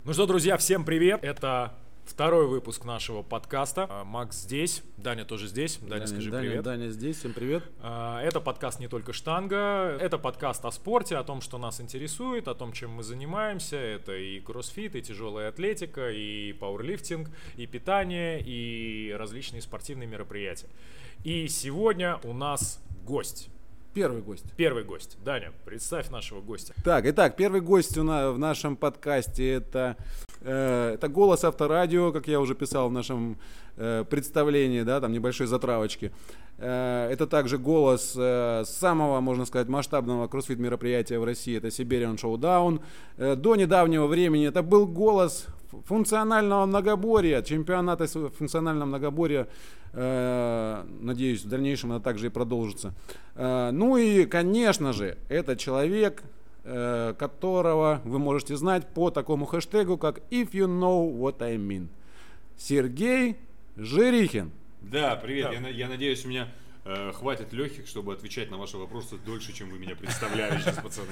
Ну что, друзья, всем привет! Это второй выпуск нашего подкаста. Макс здесь, Даня тоже здесь. Даня, скажи привет. Даня здесь, всем привет. Это подкаст «Не только штанга». Это подкаст о спорте, о том, что нас интересует, о том, чем мы занимаемся. Это и кроссфит, и тяжелая атлетика, и пауэрлифтинг, и питание, и различные спортивные мероприятия. И сегодня у нас гость. Первый гость. Первый гость. Даня, представь нашего гостя. Итак, первый гость в нашем подкасте это голос Авторадио, как я уже писал в нашем представлении, да, там небольшой затравочки. Это также голос самого, можно сказать, масштабного кроссфит мероприятия в России, это Siberian Showdown. До недавнего времени это был голос функционального многоборья, чемпионата функционального многоборья. Надеюсь, в дальнейшем это также и продолжится. Ну и, конечно же, это человек, которого вы можете знать по такому хэштегу, как If You Know What I Mean. Сергей Жирихин. Да, привет. Да. Я надеюсь, у меня хватит легких, чтобы отвечать на ваши вопросы дольше, чем вы меня представляли сейчас, пацаны.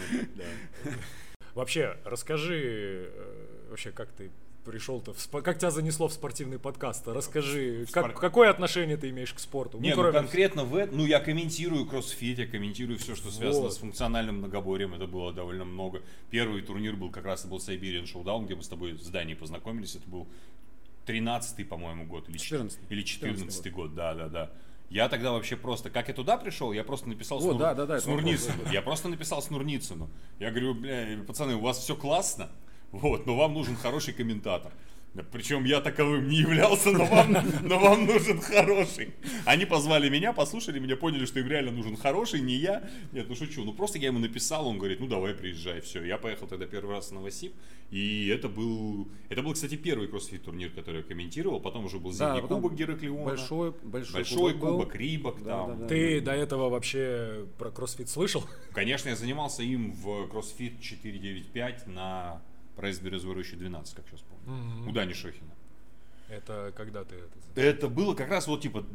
Вообще, расскажи, как ты пришел-то, как тебя занесло в спортивный подкаст? Расскажи, какое отношение ты имеешь к спорту? Конкретно я комментирую кроссфит, я комментирую все, что связано с функциональным многоборьем, это было довольно много. Первый турнир был Siberian Showdown, где мы с тобой с Даней познакомились, это был 13-й, по-моему, год, или 14-й год, да. Я тогда вообще просто, как я туда пришел, я просто написал Снурницыну. Я просто написал Снурницыну. Я говорю, пацаны, у вас все классно, но вам нужен хороший комментатор. Причем я таковым не являлся, но вам нужен хороший. Они позвали меня, послушали меня, поняли, что им реально нужен хороший, не я. Нет, шучу. Просто я ему написал, он говорит, давай, приезжай, все. Я поехал тогда первый раз в Новосиб, и это был, кстати, первый кроссфит турнир, который я комментировал. Потом уже был зимний кубок Гераклиона. Большой кубок, Рибок. Да. Ты до этого вообще про кроссфит слышал? Конечно, я занимался им в кроссфит 495 на проезд Березовой-Рощи 12, как сейчас помню. У Дани Шохина. Это когда ты это? Это было как раз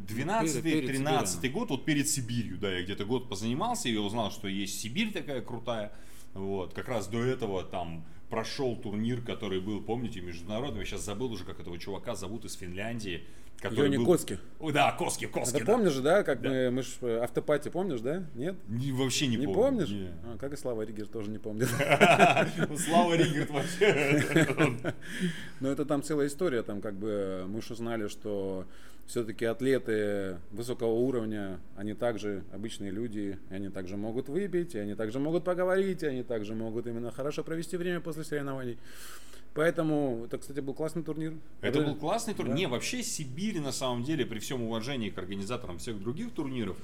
12-13 год, перед Сибирью. Да, я где-то год позанимался, и я узнал, что есть Сибирь такая крутая. Как раз до этого там прошел турнир, который был, помните, международный. Я сейчас забыл уже, как этого чувака зовут, из Финляндии. Йони Коски. Да, Коски. Это помнишь же, да? Мы ж автопати помнишь, да? Нет? Вообще не помню. Не помнишь? Как и Слава Ригер тоже не помнит. Слава Ригер вообще. Но это там целая история. Там мы же узнали, что все-таки атлеты высокого уровня, они также обычные люди, и они также могут выпить, и они также могут поговорить, и они также могут именно хорошо провести время после соревнований. Поэтому это, кстати, был классный турнир. Это был классный турнир. Да. Не, вообще Сибирь, на самом деле, при всем уважении к организаторам всех других турниров,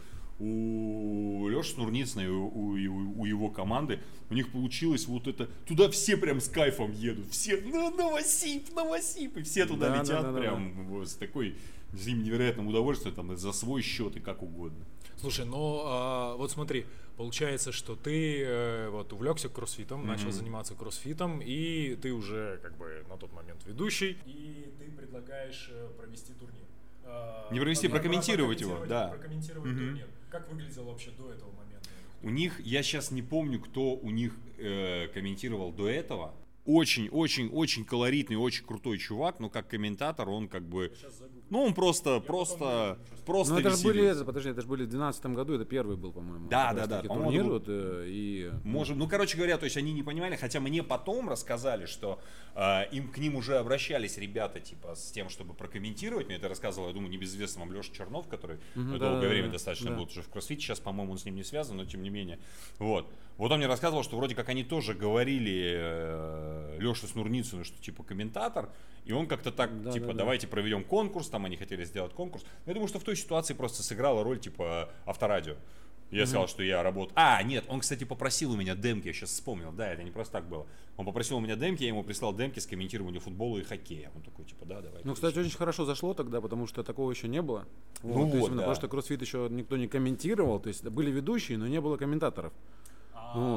у Леши Снурницына и у его команды, у них получилось это. Туда все прям с кайфом едут. Все, Новосиб, и все туда летят прям с такой, с невероятным удовольствием, там, за свой счет и как угодно. Слушай, смотри, получается, что ты увлекся кроссфитом, начал заниматься кроссфитом, и ты уже на тот момент ведущий, и ты предлагаешь провести турнир. Не провести, прокомментировать его, да. Прокомментировать турнир. Как выглядел вообще до этого момента? У них, я сейчас не помню, кто у них комментировал до этого. Очень колоритный, очень крутой чувак, но как комментатор он он просто это же были, это же были в 2012 году, это первый был, по-моему. Да. Турнир, короче говоря, то есть они не понимали, хотя мне потом рассказали, что к ним уже обращались ребята, с тем, чтобы прокомментировать. Мне это рассказывал, я думаю, небезызвестный вам Леша Чернов, который долгое время достаточно был уже в кроссфите, сейчас, по-моему, он с ним не связан, но тем не менее. Вот он мне рассказывал, что вроде как они тоже говорили Леше Снурницыну, что комментатор, и он как-то так, давайте проведем конкурс, там они хотели сделать конкурс. Я думаю, что в той ситуации просто сыграла роль Авторадио. Я сказал, что я работаю. Нет, он, кстати, попросил у меня демки, я сейчас вспомнил, да, это не просто так было. Он попросил у меня демки, я ему прислал демки с комментированием футбола и хоккея. Он такой, давай. Кстати, очень хорошо зашло тогда, потому что такого еще не было. Потому что кроссфит еще никто не комментировал, то есть были ведущие, но не было комментаторов.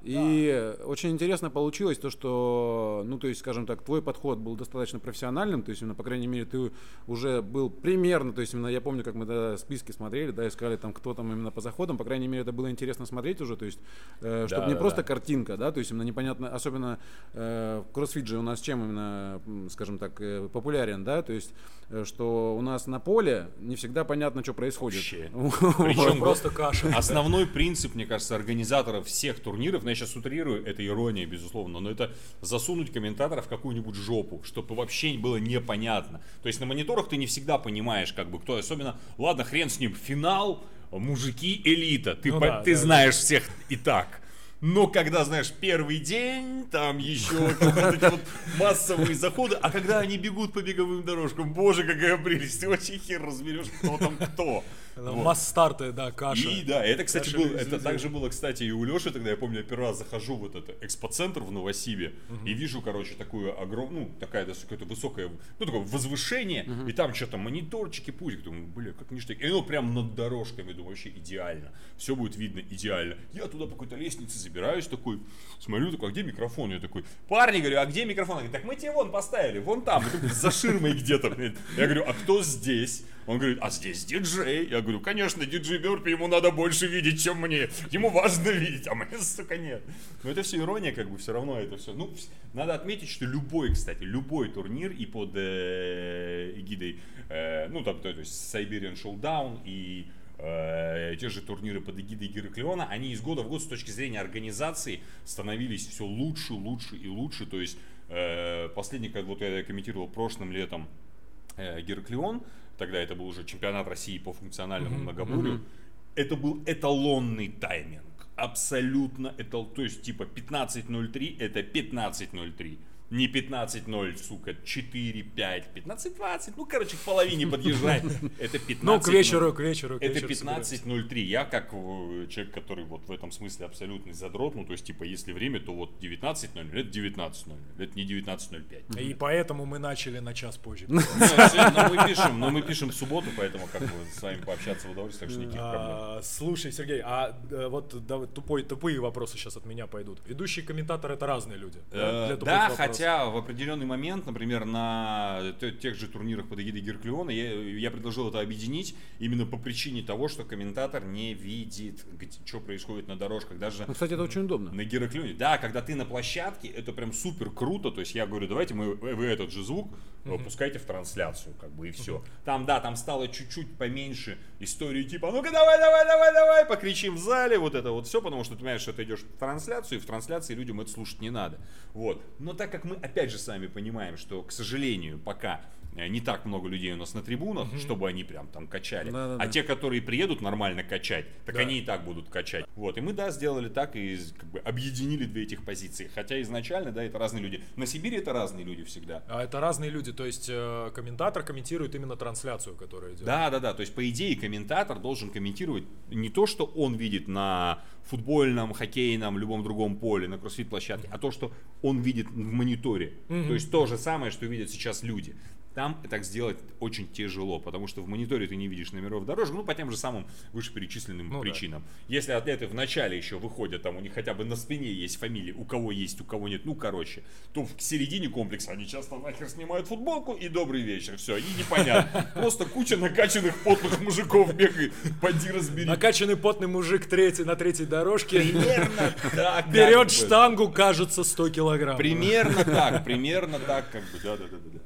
И очень интересно получилось то, что, ну, то есть, скажем так, твой подход был достаточно профессиональным, то есть, именно, по крайней мере, ты уже был примерно, то есть, именно я помню, как мы тогда списки смотрели, да, искали там, кто там именно по заходам, по крайней мере, это было интересно смотреть уже, то есть, чтобы не просто картинка, да, то есть, именно непонятно, особенно кроссфит же у нас чем именно, скажем так, популярен, да, то есть, что у нас на поле не всегда понятно, что происходит. Причем просто каша. Основной принцип, мне кажется, организаторов всех турниров, я сейчас утрирую, это ирония, безусловно, но это засунуть комментатора в какую-нибудь жопу, чтобы вообще было непонятно. То есть на мониторах ты не всегда понимаешь, как бы кто, особенно, ладно, хрен с ним, финал, мужики, элита, ты знаешь всех и так. Но когда, знаешь, первый день, там еще вот эти вот массовые заходы, а когда они бегут по беговым дорожкам, боже, какая прелесть, ты вообще хер разберешь, кто там кто. Масс-старты, да, каша. И да, это, кстати, это также было, кстати, и у Леши, тогда я помню, я первый раз захожу в этот экспоцентр в Новосибе и вижу, короче, такую огромную, ну, такая какое-то высокое, ну, такое возвышение, и там что-то мониторчики, пузик, думаю, бля, как ништяк. И ну, прям над дорожками, думаю, вообще идеально. Все будет видно идеально. Я туда по какой-то лестнице забираюсь такой, смотрю, такой, а где микрофон? Я такой, парни, говорю, а где микрофон? Он говорит, так мы тебе вон поставили, вон там, за ширмой где-то. Я говорю, а кто здесь? Он говорит, а здесь диджей. Я говорю, конечно, диджей Бёрпи, ему надо больше видеть, чем мне. Ему важно видеть, а мне, сука, нет. Но это все ирония, как бы, все равно это все. Ну, надо отметить, что любой, кстати, любой турнир и под эгидой, ну, там, то есть Siberian Showdown и те же турниры под эгидой Гераклиона, они из года в год с точки зрения организации становились все лучше, лучше и лучше. То есть последний, как вот я комментировал прошлым летом Гераклион, тогда это был уже чемпионат России по функциональному многоборью, это был эталонный тайминг. Абсолютно то есть типа 15.03 это 15.03. Не 15.0, сука, 4, 5, 15.20. Ну, короче, к половине подъезжает. Это 15. Ну, к вечеру. Это 15.03. Я как человек, который вот в этом смысле абсолютный задрот, ну, то есть, типа, если время, то вот 19.00, это 19.00, это не 19.05. И поэтому мы начали на час позже. Но мы пишем в субботу, поэтому как бы с вами пообщаться в удовольствие, так что никаких проблем. Слушай, Сергей, а вот тупые вопросы сейчас от меня пойдут. Ведущие комментаторы — это разные люди. Да, хотя в определенный момент, например, на тех же турнирах под эгидой Гераклиона я предложил это объединить именно по причине того, что комментатор не видит, что происходит на дорожках. Даже кстати, это очень удобно. На Гераклионе. Да, когда ты на площадке, это прям супер круто. То есть я говорю, давайте вы этот же звук пускайте в трансляцию, как бы, и все. Там стало чуть-чуть поменьше истории типа, ну-ка давай, покричим в зале, вот это вот все, потому что ты понимаешь, что ты идешь в трансляцию, и в трансляции людям это слушать не надо. Вот. Но так как мы опять же сами понимаем, что, к сожалению, пока не так много людей у нас на трибунах, чтобы они прям там качали. А те, которые приедут нормально качать, так они и так будут качать. Вот. И мы, сделали так и как бы объединили две этих позиции. Хотя изначально, это разные люди. На Сибири это разные люди всегда. А это разные люди, то есть комментатор комментирует именно трансляцию, которая идет. Да. То есть, по идее, комментатор должен комментировать не то, что он видит на футбольном, хоккейном, любом другом поле, на кроссфит-площадке, а то, что он видит в мониторе. То есть, то же самое, что видят сейчас люди. Там так сделать очень тяжело, потому что в мониторе ты не видишь номеров дорожек, по тем же самым вышеперечисленным причинам. Да. Если атлеты в начале еще выходят, там у них хотя бы на спине есть фамилии, у кого есть, у кого нет, то в середине комплекса они часто нахер снимают футболку и добрый вечер, все, и непонятно. Просто куча накачанных потных мужиков бегает, поди разбери. Накачанный потный мужик на третьей дорожке. Примерно так. Берет штангу, кажется, 100 килограмм. Примерно так, как бы, да.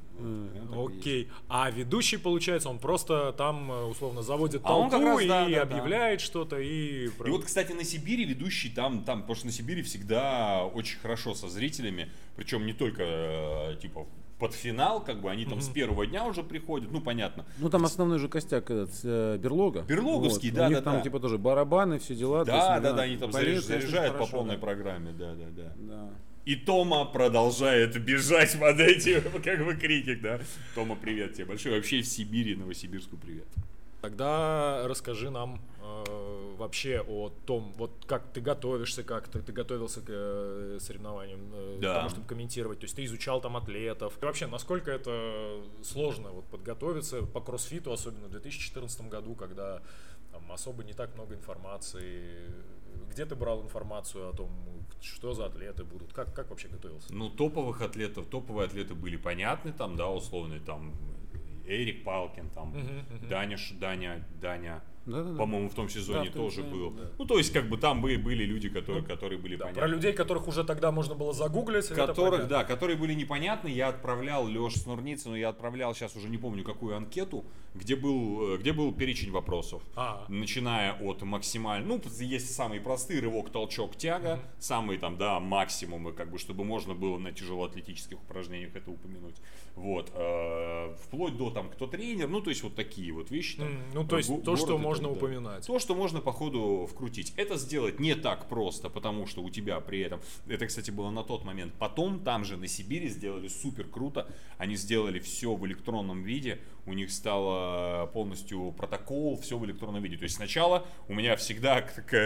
Окей. А ведущий, получается, он просто там, условно, заводит толпу и объявляет что-то. И вот, кстати, на Сибири ведущий там, потому что на Сибири всегда очень хорошо со зрителями, причем не только, типа, под финал, как бы, они там с первого дня уже приходят, понятно. Там основной же костяк Берлога. Берлоговский, вот. У них там, типа, тоже барабаны, все дела. Да, они там заряжают по полной программе, да. И Тома продолжает бежать под эти, как бы, крики, да. Тома, привет тебе большой. Вообще в Сибири, Новосибирску привет. Тогда расскажи нам вообще о том, вот как ты готовишься, как ты готовился к соревнованиям, к тому, чтобы комментировать. То есть ты изучал там атлетов. И вообще, насколько это сложно подготовиться по кроссфиту, особенно в 2014 году, когда там особо не так много информации. Где ты брал информацию о том, что за атлеты будут? Как вообще готовился? Ну, топовые атлеты были понятны, там, да, условные, там, Эрик Палкин, там, Даня, по-моему, в том сезоне тоже был. Да. Ну, то есть, как бы там были люди, которые были понятны. Про людей, которых уже тогда можно было загуглить. Которые были непонятны, я отправлял Лёше Снурницыну, я отправлял, сейчас уже не помню, какую анкету, где был перечень вопросов. Начиная от максимально, есть самые простые: рывок, толчок, тяга, самые там, да, максимумы, как бы, чтобы можно было на тяжелоатлетических упражнениях это упомянуть. Вот. Вплоть до там, кто тренер, то есть вот такие вот вещи. Там, то есть то, что можно упоминать. То, что можно по ходу вкрутить. Это сделать не так просто, потому что у тебя при этом, это, кстати, было на тот момент. Потом там же на Сибири сделали супер круто. Они сделали все в электронном виде. У них стало полностью протокол, все в электронном виде. То есть сначала у меня всегда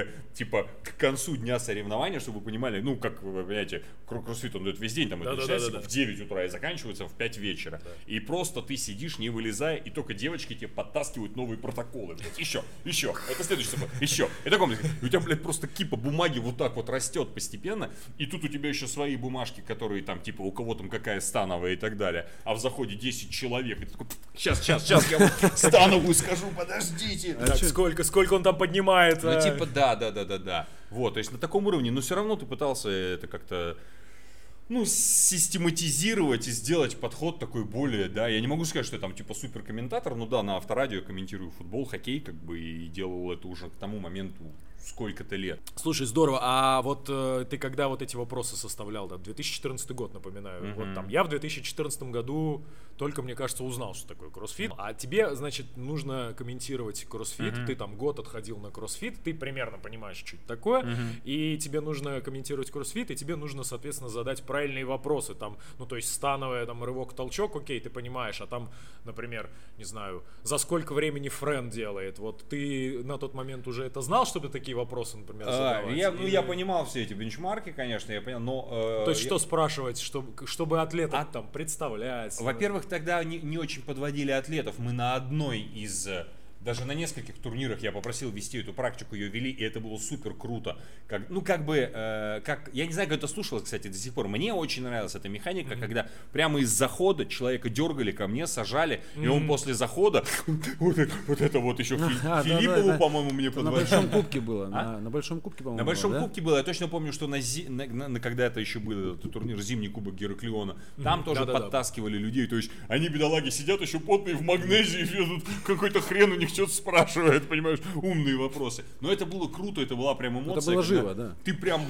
к концу дня соревнования, чтобы вы понимали, как вы понимаете, кроссфит он идет весь день, там в 9 утра и заканчивается в 5 вечера. Да. И просто ты сидишь, не вылезая, и только девочки тебе подтаскивают новые протоколы. Еще, это следующий собой, еще. И таком, у тебя, блядь, просто кипа бумаги вот так вот растет постепенно, и тут у тебя еще свои бумажки, которые там, типа, у кого там какая становая и так далее, а в заходе 10 человек, и ты такой, сейчас, я вот становую скажу, подождите. Так, сколько он там поднимает? Да. Вот, то есть на таком уровне, но все равно ты пытался это как-то, систематизировать и сделать подход такой более, да, я не могу сказать, что я там типа супер комментатор, на авторадио комментирую футбол, хоккей, как бы, и делал это уже к тому моменту сколько-то лет. Слушай, здорово, а вот ты когда вот эти вопросы составлял, 2014 год, напоминаю, вот там я в 2014 году только, мне кажется, узнал, что такое кроссфит, а тебе, значит, нужно комментировать кроссфит, ты там год отходил на кроссфит, ты примерно понимаешь, что это такое, и тебе нужно комментировать кроссфит, и тебе нужно, соответственно, задать правильные вопросы, там, то есть становая, там, рывок, толчок, окей, ты понимаешь, а там, например, не знаю, за сколько времени Френ делает, вот ты на тот момент уже это знал, чтобы такие вопросы, например, задавать? Я понимал все эти бенчмарки, конечно, я понял, но... То есть что спрашивать, чтобы атлета там представлять? Во-первых, тогда не очень подводили атлетов, мы на одной из... Даже на нескольких турнирах я попросил вести эту практику, ее вели, и это было супер круто. Я не знаю, как это слушалось, кстати, до сих пор. Мне очень нравилась эта механика, когда прямо из захода человека дергали ко мне, сажали, и он после захода, вот это вот еще Филиппову, по-моему, мне подводил. На Большом Кубке было, на Большом Кубке, по-моему. На Большом Кубке было, я точно помню, что когда это еще был этот турнир, зимний кубок Гераклиона, там тоже подтаскивали людей, то есть они, бедолаги, сидят еще потные в магнезии, тут какой-то хрен у них что-то спрашивает, понимаешь, умные вопросы. Но это было круто, это была прям эмоция. Это было живо, да. Ты прям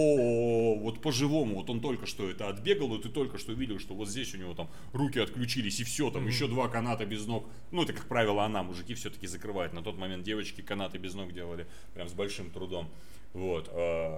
по-живому, вот он только что это отбегал, и ты только что видел, что вот здесь у него там руки отключились, и все, там еще 2 каната без ног. Это, как правило, мужики все-таки закрывают. На тот момент девочки канаты без ног делали прям с большим трудом. Вот.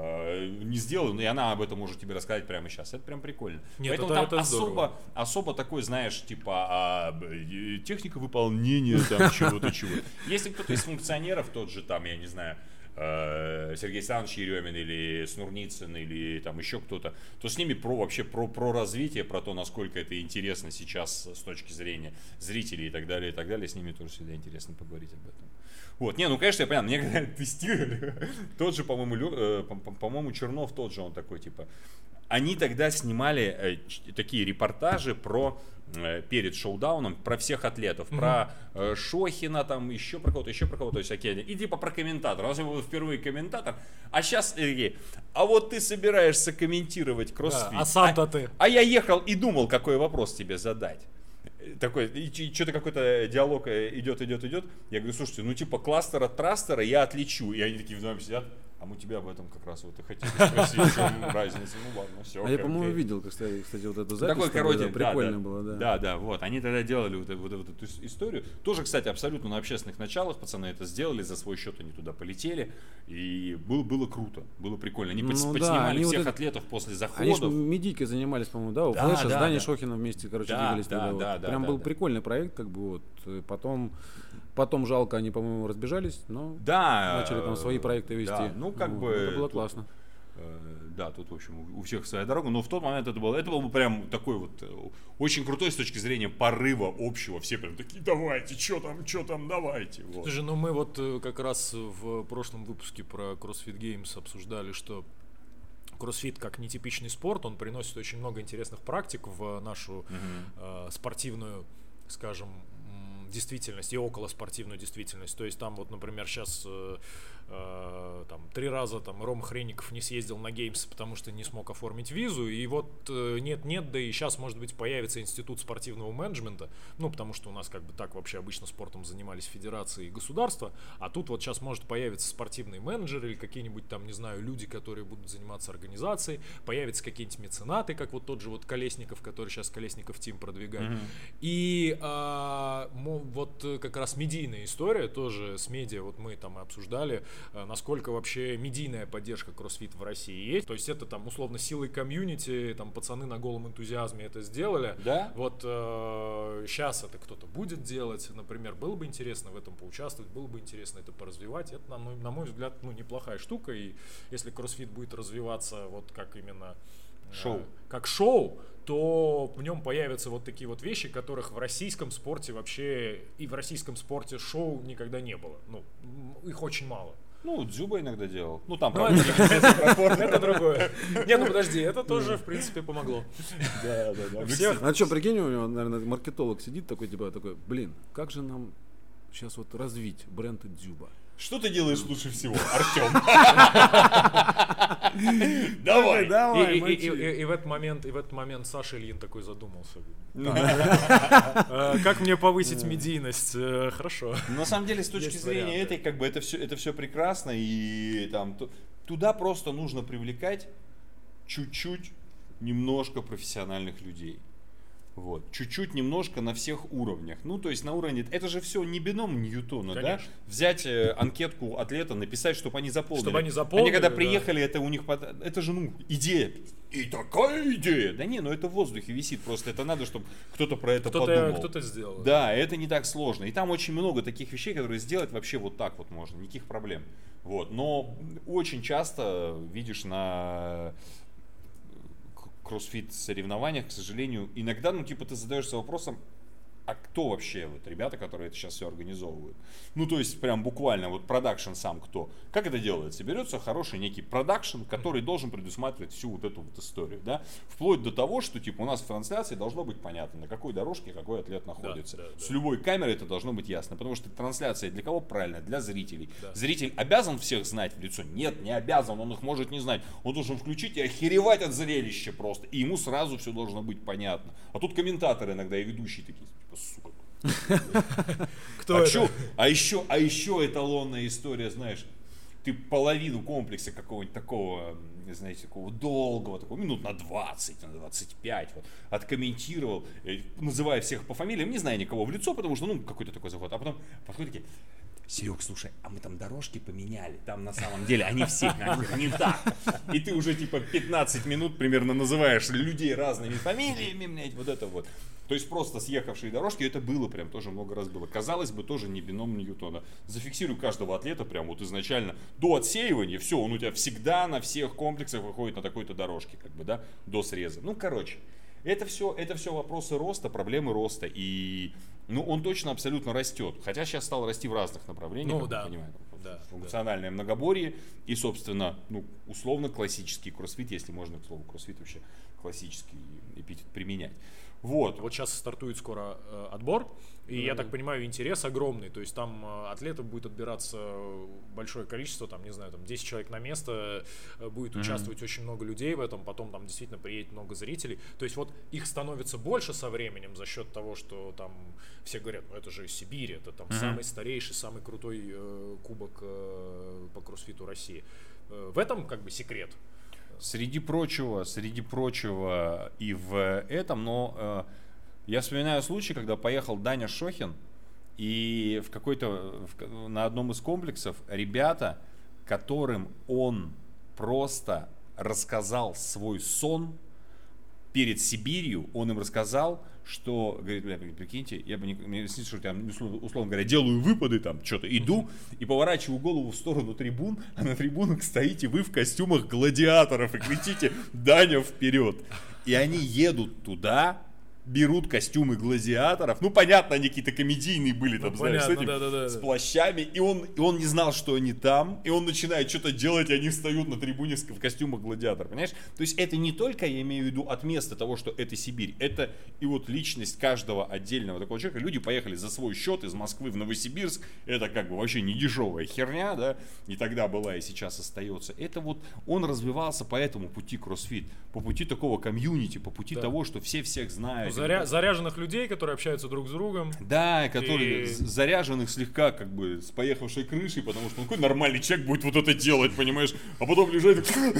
Не сделаю, и она об этом может тебе рассказать прямо сейчас. Это прям прикольно. Нет, поэтому это там особо такой, знаешь, типа техника выполнения там чего-то. Если кто-то из функционеров, тот же там, я не знаю, Сергей Александрович Еремин или Снурницын или там еще кто-то, то с ними вообще про развитие, про то, насколько это интересно сейчас с точки зрения зрителей и так далее, с ними тоже всегда интересно поговорить об этом. Вот, конечно, я понял, мне когда тестировали, тот же, по-моему, Чернов, тот же он такой, типа, они тогда снимали такие репортажи перед шоудауном про всех атлетов, про Шохина, там, еще про кого-то, то есть всякие, и типа про комментатора, разве был впервые комментатор, а сейчас, а вот ты собираешься комментировать кроссфит, а сам-то ты. А я ехал и думал, какой вопрос тебе задать. Такой, и что-то какой-то диалог идет. Я говорю, слушайте, типа кластера от трастера я отличу. И они такие вдвоем сидят, а мы тебя об этом как раз вот и хотели спросить, в чем разница. Ладно, все. Я, по-моему, видел, кстати, вот эту запись. Такой коротенький, прикольно было, да. Да, вот. Они тогда делали вот эту историю. Тоже, кстати, абсолютно на общественных началах пацаны это сделали, за свой счет они туда полетели. И было круто, было прикольно. Они подснимали всех атлетов после заходов. Они же медийкой занимались, по-моему, да, у Флэша, с Даней Шохиным вместе, двигались туда. Прям был прикольный проект, как бы вот. Потом жалко, они, по-моему, разбежались, но начали там свои проекты вести. Да. Как бы... Это было классно. Да, тут, в общем, у всех своя дорога, но в тот момент это был бы прям такой вот очень крутой с точки зрения порыва общего. Все прям такие, давайте, что там, давайте. Вот. Слушай, ну мы вот как раз в прошлом выпуске про CrossFit Games обсуждали, что кроссфит как нетипичный спорт, он приносит очень много интересных практик в нашу спортивную, скажем, действительность и околоспортивную действительность. То есть там вот, например, сейчас там 3 раза там Рома Хренников не съездил на геймсы, потому что не смог оформить визу, и вот нет, да и сейчас, может быть, появится институт спортивного менеджмента, ну, потому что у нас как бы так вообще обычно спортом занимались федерации и государства, а тут вот сейчас может появиться спортивный менеджер или какие-нибудь там, не знаю, люди, которые будут заниматься организацией, появятся какие-нибудь меценаты, как вот тот же вот Колесников, который сейчас Колесников Тим продвигает. И вот как раз медийная история тоже с медиа, вот мы там и обсуждали, насколько вообще медийная поддержка CrossFit в России есть. То есть это там условно силой комьюнити, там пацаны на голом энтузиазме это сделали. Да? Вот сейчас это кто-то будет делать, например, было бы интересно в этом поучаствовать, было бы интересно это поразвивать. Это, на мой взгляд, неплохая штука. И если CrossFit будет развиваться вот как именно как шоу, то в нем появятся вот такие вот вещи, которых в российском спорте вообще и в российском спорте шоу никогда не было. Ну, их очень мало. Ну, Дзюба иногда делал. Ну, там, правда, это другое. Нет, ну подожди, это тоже, в принципе, помогло. Да. А что, прикинь, у него, наверное, маркетолог сидит такой, блин, как же нам сейчас вот развить бренд Дзюба? Что ты делаешь лучше всего, Артем? Давай. И в этот момент Саша Ильин такой задумался. Как мне повысить медийность? Хорошо. На самом деле, с точки зрения этой, как бы это все прекрасно, и там туда просто нужно привлекать чуть-чуть, немножко профессиональных людей. Вот. Чуть-чуть, немножко на всех уровнях. Ну, то есть на уровне... Это же все не бином Ньютона, да? Взять анкетку атлета, написать, чтобы они заполнили. Они когда приехали, это у них... Это же, идея. И такая идея. Да не, это в воздухе висит просто. Это надо, чтобы кто-то про это подумал. Кто-то сделал. Да, это не так сложно. И там очень много таких вещей, которые сделать вообще вот так вот можно. Никаких проблем. Вот. Но очень часто видишь на... кроссфит соревнованиях, к сожалению, иногда, ты задаешься вопросом, а кто вообще вот ребята, которые это сейчас все организовывают? Ну, то есть, прям буквально, вот продакшн сам кто? Как это делается? Берется хороший некий продакшн, который должен предусматривать всю вот эту вот историю, да? Вплоть до того, что, у нас в трансляции должно быть понятно, на какой дорожке какой атлет находится. Да. С любой камеры это должно быть ясно, потому что трансляция для кого правильно? Для зрителей. Да. Зритель обязан всех знать в лицо? Нет, не обязан, он их может не знать. Он должен включить и охеревать от зрелища просто, и ему сразу все должно быть понятно. А тут комментаторы иногда и ведущие такие, сука. Кто это? А еще эталонная история, знаешь, ты половину комплекса какого-нибудь такого, знаете, такого долгого, такого минут на 20, на 25, вот, откомментировал, называя всех по фамилиям, не зная никого в лицо, потому что, какой-то такой заход, а потом подходят такие: Серег, слушай, а мы там дорожки поменяли, там на самом деле они все не так. И ты уже 15 минут примерно называешь людей разными фамилиями, блядь, вот это вот. То есть просто съехавшие дорожки, это было прям тоже много раз было. Казалось бы, тоже не бином Ньютона. Зафиксируй каждого атлета прям вот изначально до отсеивания, все, он у тебя всегда на всех комплексах выходит на такой-то дорожке, до среза. Это все вопросы роста, проблемы роста. И он точно абсолютно растет. Хотя сейчас стал расти в разных направлениях, как мы понимаем. Функциональное многоборье и, собственно, условно классический кроссфит, если можно к слову кроссфит вообще классический эпитет применять. Вот сейчас стартует скоро отбор, и я так понимаю, интерес огромный, то есть там атлетов будет отбираться большое количество, 10 человек на место, будет участвовать очень много людей в этом, потом там действительно приедет много зрителей, то есть вот их становится больше со временем за счет того, что там все говорят, это же Сибирь, это там самый старейший, самый крутой кубок по кроссфиту России. В этом секрет. Среди прочего и в этом, но я вспоминаю случай, когда поехал Даня Шохин, и на одном из комплексов ребята, которым он просто рассказал свой сон, перед Сибирью он им рассказал, что, говорит, бля, прикиньте, я бы мне снится, что я, условно говоря, делаю выпады, там, что-то иду и поворачиваю голову в сторону трибун, а на трибунах стоите вы в костюмах гладиаторов и кричите «Даня, вперед!» И они едут туда, берут костюмы гладиаторов. Ну, понятно, они какие-то комедийные были там, знаешь, с плащами. И он не знал, что они там. И он начинает что-то делать, и они встают на трибуне в костюмах гладиаторов. Понимаешь? То есть это не только, я имею в виду, от места того, что это Сибирь. Это и вот личность каждого отдельного такого человека. Люди поехали за свой счет из Москвы в Новосибирск. Это как бы вообще не дешевая херня, да? И тогда была, и сейчас остается. Это вот он развивался по этому пути кроссфит. По пути такого комьюнити, по пути того, что все всех знают. Заряженных людей, которые общаются друг с другом. Да, которые заряженных слегка как бы с поехавшей крышей, потому что какой нормальный человек будет вот это делать, понимаешь? А потом лежать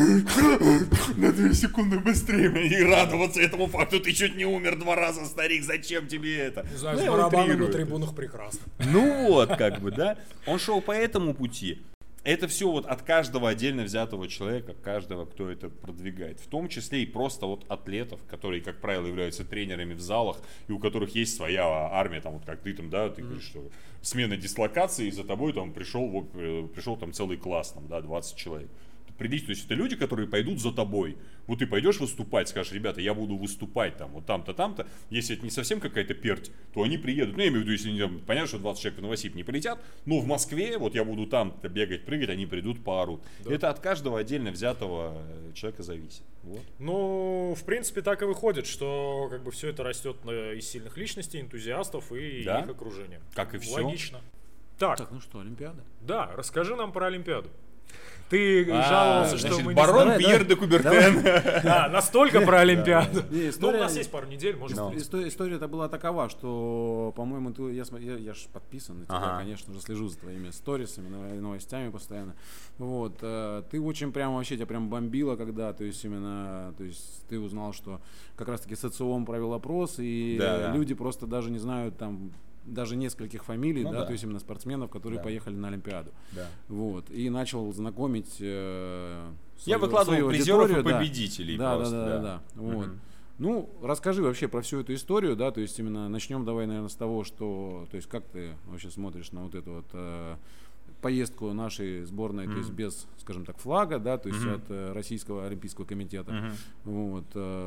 на 2 секунды быстрее и радоваться этому факту. Ты чуть не умер 2 раза, старик, зачем тебе это? Не знаю, с барабаном на трибунах прекрасно. Ну вот, как бы, да. Он шел по этому пути. Это все вот от каждого отдельно взятого человека, каждого, кто это продвигает. В том числе и просто вот атлетов, которые, как правило, являются тренерами в залах, и у которых есть своя армия, там вот как ты там, да, ты говоришь, что смена дислокации, и за тобой там пришел там целый класс, там, да, 20 человек. Определить, то есть это люди, которые пойдут за тобой. Вот ты пойдешь выступать, скажешь, ребята, я буду выступать там, вот там-то, там-то. Если это не совсем какая-то перть, то они приедут. Ну, я имею в виду, если там, понятно, что 20 человек в Новосиб не полетят, но в Москве, вот я буду там-то бегать, прыгать, они придут, поорут. Да. Это от каждого отдельно взятого человека зависит. Вот. Ну, в принципе, так и выходит, что как бы все это растет из сильных личностей, энтузиастов и их окружения. Как и все. Логично. Так, ну что, Олимпиада? Да, расскажи нам про Олимпиаду. Ты жаловался, что мы не барон знаем. Пьер де Кубертен. Да, настолько про Олимпиаду. Ну, у нас есть пару недель, может. История-то была такова, что, по-моему, я же подписан на тебя, конечно же, слежу за твоими сторисами, новостями постоянно. Вот, ты очень прям вообще тебя прям бомбило, когда, то есть именно, то есть ты узнал, что как раз-таки социом провел опрос, и люди просто даже не знают там даже нескольких фамилий, то есть именно спортсменов, которые поехали на Олимпиаду. Вот. И начал знакомить я выкладывал призеров и победителей просто. Вот. Ну, расскажи вообще про всю эту историю, да, то есть именно начнем давай, наверное, с того, что, то есть как ты вообще смотришь на вот эту вот поездку нашей сборной, то есть без, скажем так, флага, да, то есть от Российского олимпийского комитета. Вот,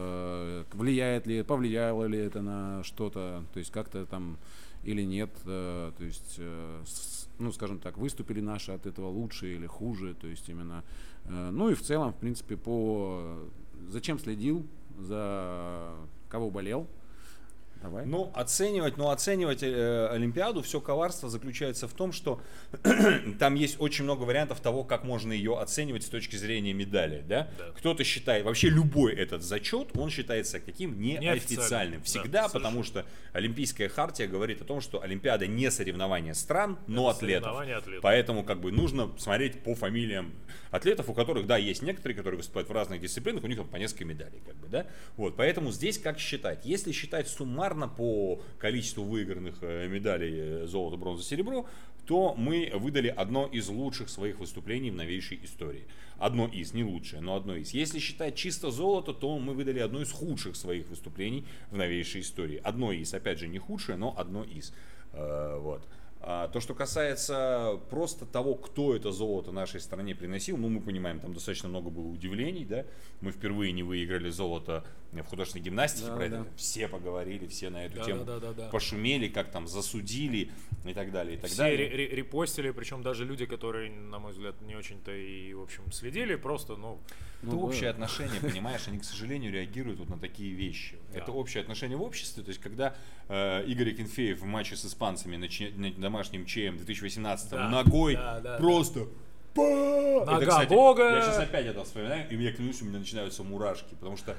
повлияло ли это на что-то, то есть как-то там или нет, то есть, ну, скажем так, выступили наши от этого лучше или хуже, то есть именно, ну и в целом, в принципе, зачем следил, за кого болел. Давай. Ну, оценивать Олимпиаду, все коварство заключается в том, что там есть очень много вариантов того, как можно ее оценивать с точки зрения медали. Да? Кто-то считает, вообще любой этот зачет, он считается каким? Неофициальным. Всегда, потому что Олимпийская хартия говорит о том, что Олимпиада не соревнование стран, но атлетов. Поэтому как бы нужно смотреть по фамилиям атлетов, у которых, да, есть некоторые, которые выступают в разных дисциплинах, у них там по несколько медалей. Как бы, да? Вот, поэтому здесь как считать? Если считать суммарно по количеству выигранных медалей золото, бронза, серебро, то мы выдали одно из лучших своих выступлений в новейшей истории. Одно из, не лучшее, но одно из. Если считать чисто золото, то мы выдали одно из худших своих выступлений в новейшей истории. Одно из, опять же, не худшее, но одно из. Вот. То, что касается просто того, кто это золото нашей стране приносил, ну, мы понимаем, там достаточно много было удивлений, да, мы впервые не выиграли золото в художественной гимнастике, про это все поговорили, все на эту тему пошумели, как там засудили и так далее, и так далее. Все репостили, причем даже люди, которые, на мой взгляд, не очень-то и, в общем, следили, просто, это общее отношение, понимаешь, они, к сожалению, реагируют вот на такие вещи. Это общее отношение в обществе, то есть, когда Игорь Акинфеев в матче с испанцами на домашнем ЧМ 2018 ногой просто... Нога это, кстати, Бога. Я сейчас опять это вспоминаю, и я клянусь, у меня начинаются мурашки, потому что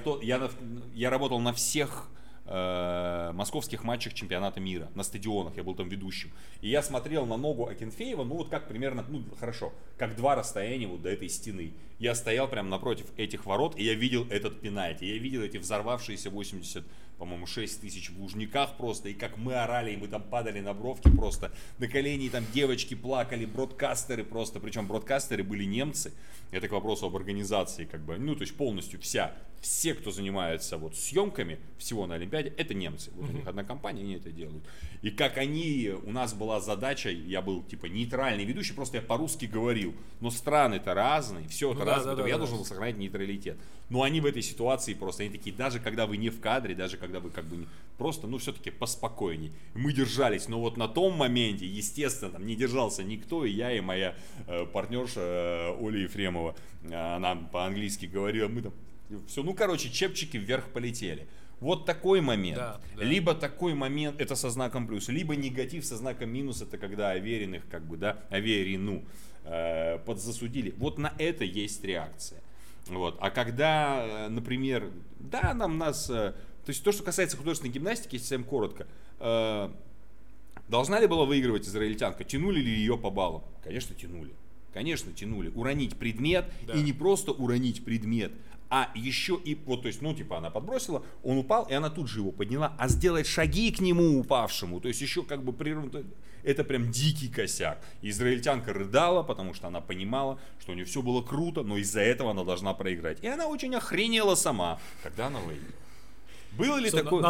я работал на всех московских матчах чемпионата мира, на стадионах, я был там ведущим. И я смотрел на ногу Акинфеева, ну вот как примерно, ну хорошо, как 2 расстояния вот до этой стены. Я стоял прямо напротив этих ворот, и я видел этот пенальти, я видел эти взорвавшиеся 80 по-моему, 6 тысяч в Лужниках просто, и как мы орали, и мы там падали на бровки просто, на колени, и там девочки плакали, бродкастеры просто, причем бродкастеры были немцы, это к вопросу об организации, как бы, ну, то есть полностью все, кто занимается вот съемками всего на Олимпиаде, это немцы, вот у них одна компания, они это делают, и как у нас была задача, я был типа нейтральный ведущий, просто я по-русски говорил, но страны-то разные, все это разное, поэтому я должен был сохранять нейтралитет. Но они в этой ситуации просто, они такие, даже когда вы не в кадре, даже когда вы как бы просто, ну, все-таки поспокойней. Мы держались, но вот на том моменте, естественно, там не держался никто, и я, и моя партнерша Оля Ефремова, она по-английски говорила, мы там, все, ну, короче, чепчики вверх полетели. Вот такой момент. Да. Либо такой момент, это со знаком плюс, либо негатив со знаком минус, это когда Авериных, как бы, да, Аверину подзасудили. Вот на это есть реакция. Вот. А когда, например, да, то есть то, что касается художественной гимнастики, если совсем коротко, должна ли была выигрывать израильтянка? Тянули ли ее по баллам? Конечно, тянули. Конечно, тянули. Уронить предмет, и не просто уронить предмет, а еще и, вот, то есть, ну, типа, она подбросила, он упал, и она тут же его подняла, а сделать шаги к нему упавшему, то есть, еще как бы это прям дикий косяк. И израильтянка рыдала, потому что она понимала, что у нее все было круто, но из-за этого она должна проиграть. И она очень охренела сама, когда она выиграла. Было ли такое?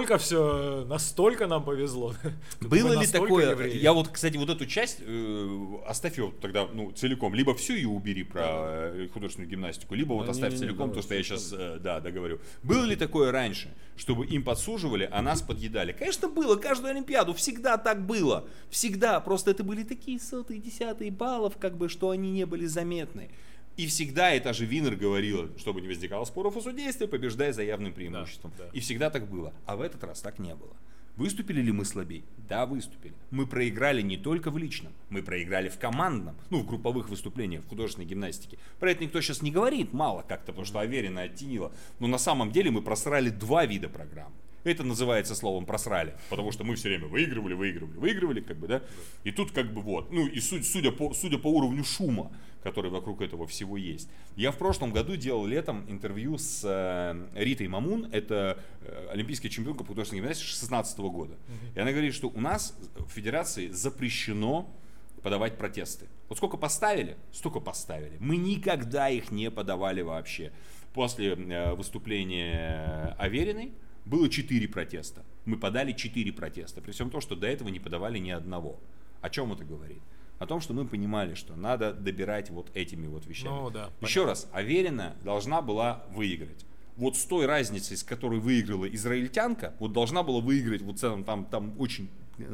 Настолько нам повезло. Было ли такое? Я вот, кстати, вот эту часть оставь ее тогда, ну, целиком. Либо всю ее убери про художественную гимнастику, либо вот оставь целиком то, что я сейчас договорю. Было ли такое раньше, чтобы им подсуживали, а нас подъедали? Конечно, было. Каждую Олимпиаду всегда так было. Всегда. Просто это были такие сотые, десятые баллов, как бы, что они не были заметны. И всегда эта же Винер говорила, чтобы не возникало споров о судействе, побеждай за явным преимуществом. Да. И всегда так было. А в этот раз так не было. Выступили ли мы слабей? Да, выступили. Мы проиграли не только в личном, мы проиграли в командном, ну, в групповых выступлениях, в художественной гимнастике. Про это никто сейчас не говорит, мало как-то, потому что Аверина оттенила. Но на самом деле мы просрали 2 вида программ. Это называется словом просрали, потому что мы все время выигрывали, как бы, да. И тут как бы вот, ну и судя по уровню шума, который вокруг этого всего есть. Я в прошлом году делал летом интервью с Ритой Мамун, это олимпийская чемпионка по художественной гимнастике 2016 года. И она говорит, что у нас в федерации запрещено подавать протесты. Вот сколько поставили, столько поставили. Мы никогда их не подавали вообще. После выступления Авериной было 4 протеста. Мы подали 4 протеста, при всем том, что до этого не подавали ни одного. О чем это говорит? О том, что мы понимали, что надо добирать вот этими вот вещами. Ну, да, еще раз, Аверина должна была выиграть. Вот с той разницей, с которой выиграла израильтянка, вот должна была выиграть, вот там очень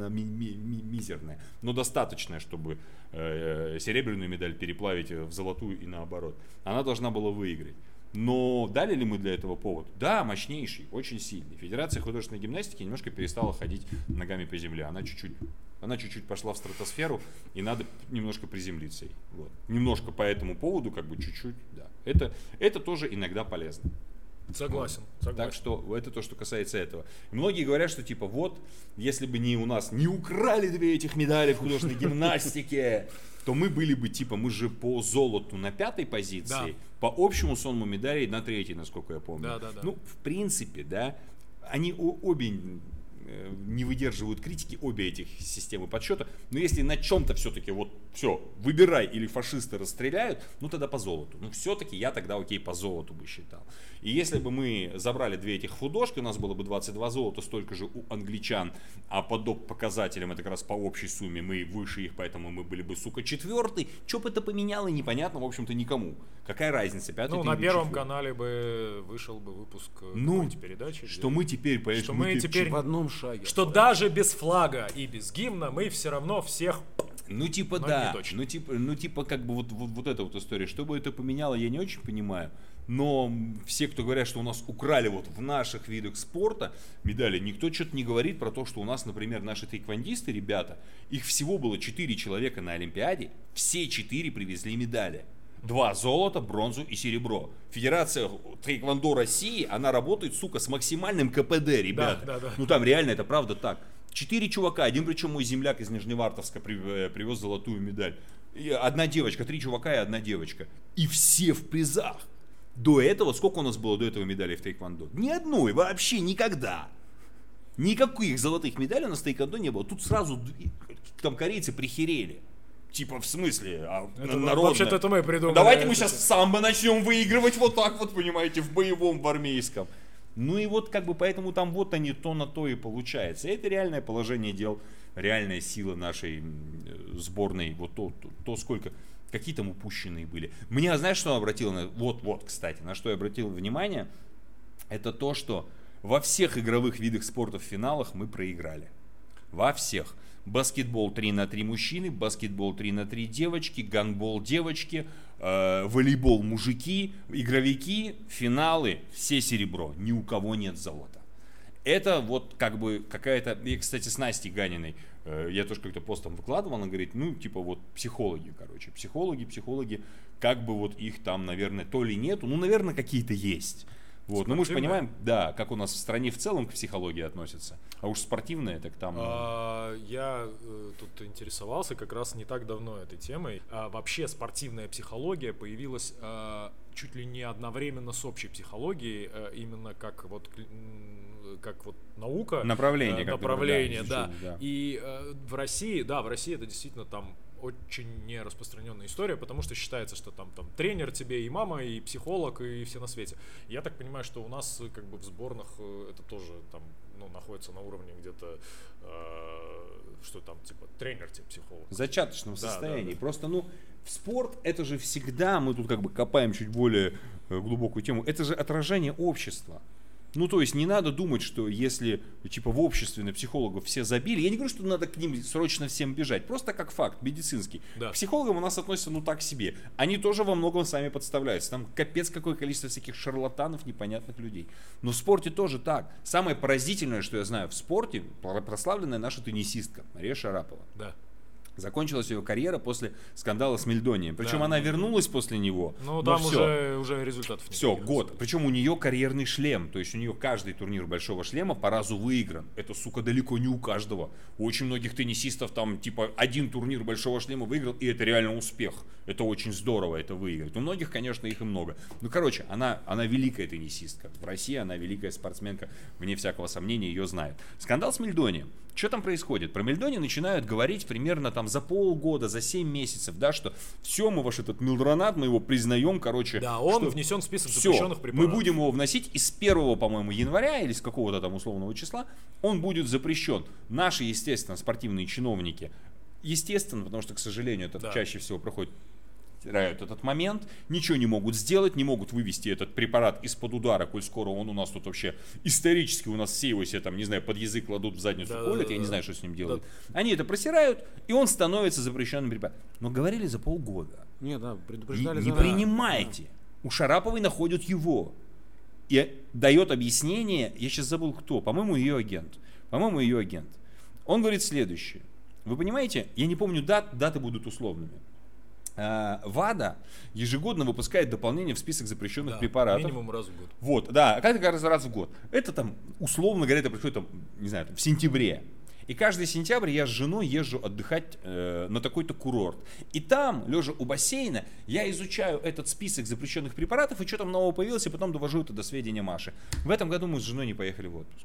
мизерная, но достаточная, чтобы серебряную медаль переплавить в золотую и наоборот. Она должна была выиграть. Но дали ли мы для этого повод? Да, мощнейший, очень сильный. Федерация художественной гимнастики немножко перестала ходить ногами по земле. Она чуть-чуть пошла в стратосферу, и надо немножко приземлиться ей. Вот. Немножко по этому поводу, как бы чуть-чуть, да. Это тоже иногда полезно. Согласен. Так что это то, что касается этого. И многие говорят, что типа вот, если бы у нас не украли 2 этих медали в художественной гимнастике, то мы были бы типа, мы же по золоту на 5-й позиции, по общему сонму медалей на 3-й, насколько я помню. Да. Ну, в принципе, да, они обе не выдерживают критики, обе этих системы подсчета. Но если на чем-то все-таки вот все, выбирай, или фашисты расстреляют, ну тогда по золоту. Ну все-таки я тогда окей, по золоту бы считал. И если бы мы забрали 2 этих художки, у нас было бы 22 золота, столько же у англичан, а по доп. Показателям, это как раз по общей сумме, мы выше их, поэтому мы были бы, сука, 4-й. Что бы это поменяло, непонятно, в общем-то, никому. Какая разница, 5-й? Ну, на Первом канале бы вышел бы выпуск какой-нибудь передачи. Что мы теперь, что мы теперь в одном шаге. Что даже без флага и без гимна мы все равно всех... Ну, типа, да. Ну, типа, как бы вот эта вот история. Что бы это поменяло, я не очень понимаю. Но все, кто говорят, что у нас украли вот в наших видах спорта медали, никто что-то не говорит про то, что у нас, например, наши тейквондисты, ребята, их всего было 4 человека на Олимпиаде, все 4 привезли медали. 2 золота, бронзу и серебро. Федерация тейквондо России, она работает, сука, с максимальным КПД, ребята. Да. Ну там реально, это правда так. 4 чувака, один причем мой земляк из Нижневартовска привез золотую медаль. 1 девочка, 3 чувака и 1 девочка. И все в призах. До этого, сколько у нас было до этого медалей в тайквондо? Ни одной, вообще никогда. Никаких золотых медалей у нас в тайквондо не было. Тут сразу там корейцы прихерели. Типа, в смысле, народное. Вообще-то это мы придумали. Давайте мы сейчас самбо начнем выигрывать вот так вот, понимаете, в боевом, в армейском. Ну и вот как бы поэтому там вот они то на то и получается. И это реальное положение дел, реальная сила нашей сборной. Вот то сколько, какие там упущенные были. Мне, знаешь, что обратил, вот, кстати, на что я обратил внимание, это то, что во всех игровых видах спорта в финалах мы проиграли. Во всех. Баскетбол 3-3 мужчины, баскетбол 3-3 девочки, гандбол девочки, волейбол мужики, игровики, финалы, все серебро, ни у кого нет золота. Это вот как бы какая-то, и, кстати, с Настей Ганиной, я тоже как-то постом выкладывал, она говорит, ну, типа вот психологи, психологи, как бы вот их там, наверное, то ли нету, ну, наверное, какие-то есть. Вот. Но мы же понимаем, да, как у нас в стране в целом к психологии относятся. А уж спортивная, так там... Я тут интересовался как раз не так давно этой темой. Вообще спортивная психология появилась чуть ли не одновременно с общей психологией, именно как вот наука. Направление, да. И в России это действительно там очень нераспространенная история, потому что считается, что там тренер тебе и мама, и психолог, и все на свете. Я так понимаю, что у нас как бы в сборных это тоже там, ну, находится на уровне где-то, что там типа тренер тебе психолог. В зачаточном состоянии. Да. Просто, ну, в спорт это же всегда, мы тут как бы копаем чуть более глубокую тему, это же отражение общества. Ну, то есть не надо думать, что если, типа, в обществе на психологов все забили, я не говорю, что надо к ним срочно всем бежать, просто как факт медицинский. Да. К психологам у нас относятся, ну, так себе. Они тоже во многом сами подставляются. Там капец какое количество всяких шарлатанов, непонятных людей. Но в спорте тоже так. Самое поразительное, что я знаю в спорте, прославленная наша теннисистка Мария Шарапова. Да. Закончилась ее карьера после скандала с Мельдонием. Причем Да. она вернулась после него. Ну, там уже результатов нет. Все, год. Причем у нее карьерный шлем. То есть у нее каждый турнир большого шлема по разу выигран. Это, сука, далеко не у каждого. У очень многих теннисистов там, типа, один турнир большого шлема выиграл, и это реально успех. Это очень здорово, это выиграть. У многих, конечно, их и много. Ну, короче, она великая теннисистка. В России она великая спортсменка. Вне всякого сомнения, ее знают. Скандал с Мельдонием. Что там происходит? Про Мельдони начинают говорить примерно там за полгода, за 7 месяцев, да, что все, мы ваш этот мелдронат, мы его признаем, короче. Да, он внесен в список запрещенных препаратов. Мы будем его вносить, и с 1, по-моему, января или с какого-то там условного числа он будет запрещен. Наши, естественно, спортивные чиновники, естественно, потому что, к сожалению, это чаще всего проходит этот момент, ничего не могут сделать, не могут вывести этот препарат из-под удара, коль скоро он у нас тут вообще исторически, у нас все его себе там, не знаю, под язык кладут, в задницу колят, я не знаю, что с ним делают. Они это просирают, и он становится запрещенным препаратом. Но говорили за полгода. Не предупреждали. Не принимайте. У Шараповой находят его. И дает объяснение, я сейчас забыл кто, по-моему, ее агент. Он говорит следующее. Вы понимаете, я не помню даты будут условными. ВАДА ежегодно выпускает дополнение в список запрещенных препаратов. Минимум раз в год. Вот, да, как раз в год. Это там, условно говоря, это происходит там, не знаю, там, в сентябре. И каждый сентябрь я с женой езжу отдыхать на такой-то курорт. И там, лежа у бассейна, я изучаю этот список запрещенных препаратов, и что там нового появилось, и потом довожу это до сведения Маши. В этом году мы с женой не поехали в отпуск.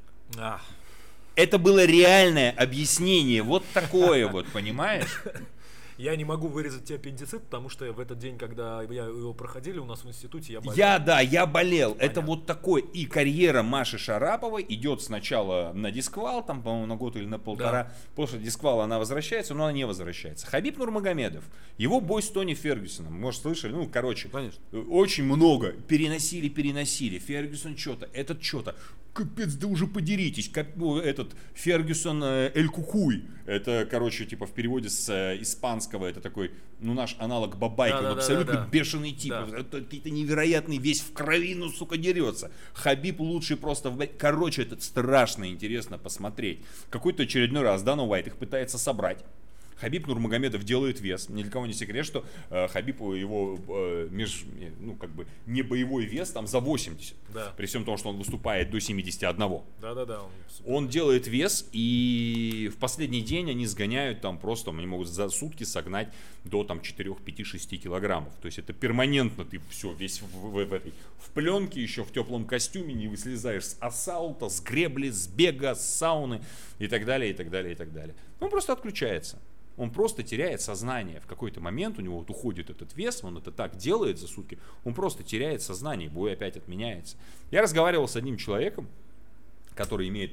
Это было реальное объяснение, вот такое вот, понимаешь? Я не могу вырезать тебе аппендицит, потому что в этот день, когда его проходили у нас в институте, я болел. Я болел. Понятно. Это вот такой. И карьера Маши Шараповой идет сначала на дисквал, там, по-моему, на год или на полтора. Да. После дисквала она возвращается, но она не возвращается. Хабиб Нурмагомедов, его бой с Тони Фергюсоном, может, слышали? Ну, короче, конечно. Очень много. Переносили. Фергюсон что-то, этот что-то. Капец, да уже подеритесь. Этот Фергюсон Эль Кукуй. Это, короче, типа в переводе с испанского, это такой, ну, наш аналог Бабайка. Да, абсолютно бешеный тип. Да. Это какие-то невероятные, весь в крови, ну, сука, дерется. Хабиб лучший просто в... Короче, это страшно интересно посмотреть. Какой-то очередной раз Дана Уайт их пытается собрать. Хабиб Нурмагомедов делает вес. Ни для кого не секрет, что Хабиб его не боевой вес там за 80. Да. При всем том, что он выступает до 71. Да. Он делает вес, и в последний день они сгоняют там просто, они могут за сутки согнать до там 4, 5, 6 килограммов. То есть это перманентно ты все весь в пленке, еще в теплом костюме, не слезаешь с асфальта, с гребли, с бега, с сауны и так далее, и так далее, и так далее. Он просто отключается. Он просто теряет сознание. В какой-то момент у него вот уходит этот вес, он это так делает за сутки, он просто теряет сознание, бой опять отменяется. Я разговаривал с одним человеком, который имеет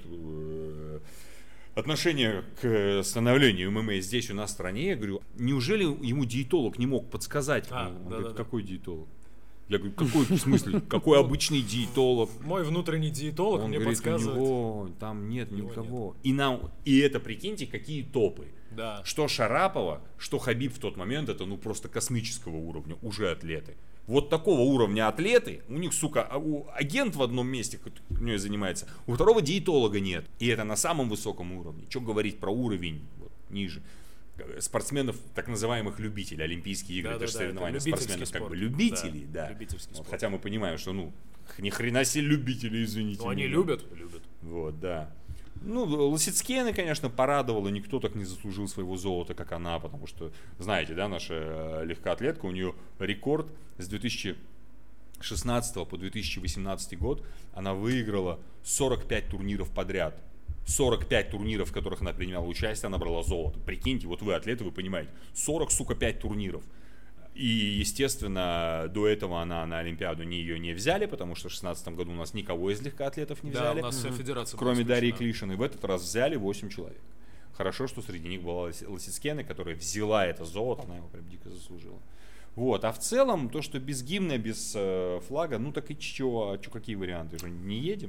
отношение к становлению ММА здесь у нас в стране. Я говорю, неужели ему диетолог не мог подсказать? Он говорит, какой диетолог? Я говорю, какой, в смысле, какой обычный диетолог? Мой внутренний диетолог он мне говорит, подсказывает. У него там нет никого. И это, прикиньте, какие топы. Да. Что Шарапова, что Хабиб в тот момент, это просто космического уровня, уже атлеты. Вот такого уровня атлеты, у них, агент в одном месте занимается, у второго диетолога нет. И это на самом высоком уровне. Что говорить про уровень ниже? Спортсменов, так называемых любителей, Олимпийские игры, это же соревнования спортсменов, как бы любителей, да. Любительский спорт. Хотя мы понимаем, что, ни хрена себе любители, извините. Но они любят. Вот, да. Лисицкена, конечно, порадовала, никто так не заслужил своего золота, как она, потому что, знаете, да, наша легкоатлетка, у нее рекорд с 2016 по 2018 год, она выиграла 45 турниров подряд. 45 турниров, в которых она принимала участие, она брала золото. Прикиньте, вот вы атлеты, вы понимаете, 5 турниров. И, естественно, до этого она на Олимпиаду ее не взяли, потому что в 2016 году у нас никого из легкоатлетов не взяли. Да, у нас вся федерация кроме Дарьи Клишиной. В этот раз взяли 8 человек. Хорошо, что среди них была Лисицкена, которая взяла это золото, она его прям дико заслужила. Вот, а в целом, то, что без гимна, без флага, так и чё, какие варианты? Же не едем?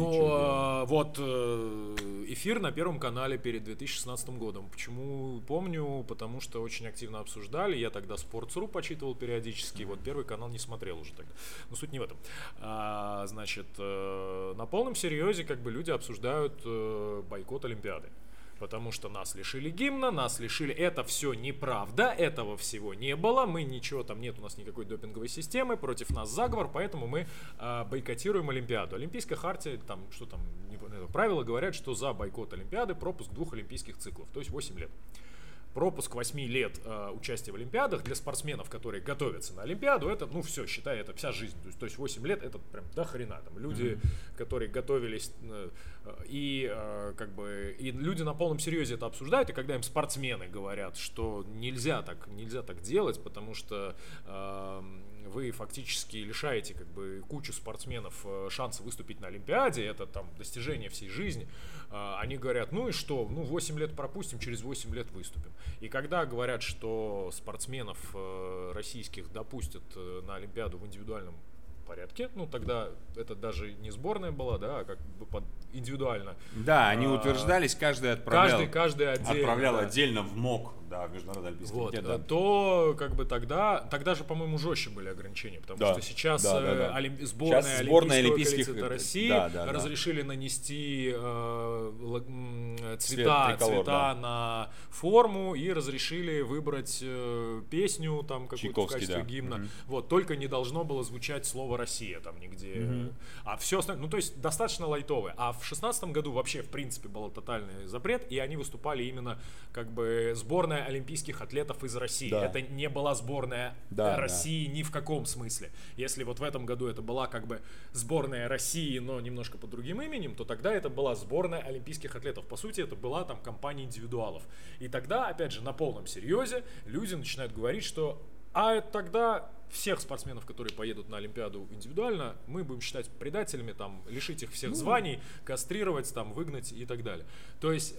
Эфир на Первом канале перед 2016 годом. Почему помню? Потому что очень активно обсуждали. Я тогда Sports.ru почитывал периодически. Вот Первый канал не смотрел уже тогда. Но суть не в этом. На полном серьезе люди обсуждают бойкот Олимпиады. Потому что нас лишили гимна, нас лишили... Это все неправда, этого всего не было. Мы ничего, там нет у нас никакой допинговой системы, против нас заговор, поэтому мы бойкотируем Олимпиаду. Олимпийская хартия, правила говорят, что за бойкот Олимпиады пропуск 2 олимпийских циклов, то есть 8 лет. Пропуск 8 лет участия в Олимпиадах для спортсменов, которые готовятся на Олимпиаду, это, считай, это вся жизнь. То есть 8 лет это прям до хрена. Там люди, которые готовились, и люди на полном серьезе это обсуждают, и когда им спортсмены говорят, что нельзя так делать, потому что вы фактически лишаете кучу спортсменов шанса выступить на Олимпиаде, это там достижение всей жизни. Они говорят, и что, 8 лет пропустим, через 8 лет выступим. И когда говорят, что спортсменов российских допустят на Олимпиаду в индивидуальном порядке, тогда это даже не сборная была, да, а индивидуально. Да, они утверждались, каждый отправлял отдельно, отдельно в МОК, да, в Международный Олимпийский комитет. Да. То тогда же, по-моему, жестче были ограничения, потому что сейчас сборная Олимпийских России разрешили нанести цвета на форму и разрешили выбрать песню там какую-то в качестве гимна. Вот, только не должно было звучать слово «Россия» там нигде. А все остальное, то есть достаточно лайтовое. А в 2016 году вообще, в принципе, был тотальный запрет, и они выступали именно сборная олимпийских атлетов из России. Да. Это не была сборная России ни в каком смысле. Если вот в этом году это была сборная России, но немножко под другим именем, то тогда это была сборная олимпийских атлетов. По сути, это была там компания индивидуалов. И тогда, опять же, на полном серьезе люди начинают говорить, что тогда всех спортсменов, которые поедут на Олимпиаду индивидуально, мы будем считать предателями, там, лишить их всех званий, кастрировать, там, выгнать и так далее. То есть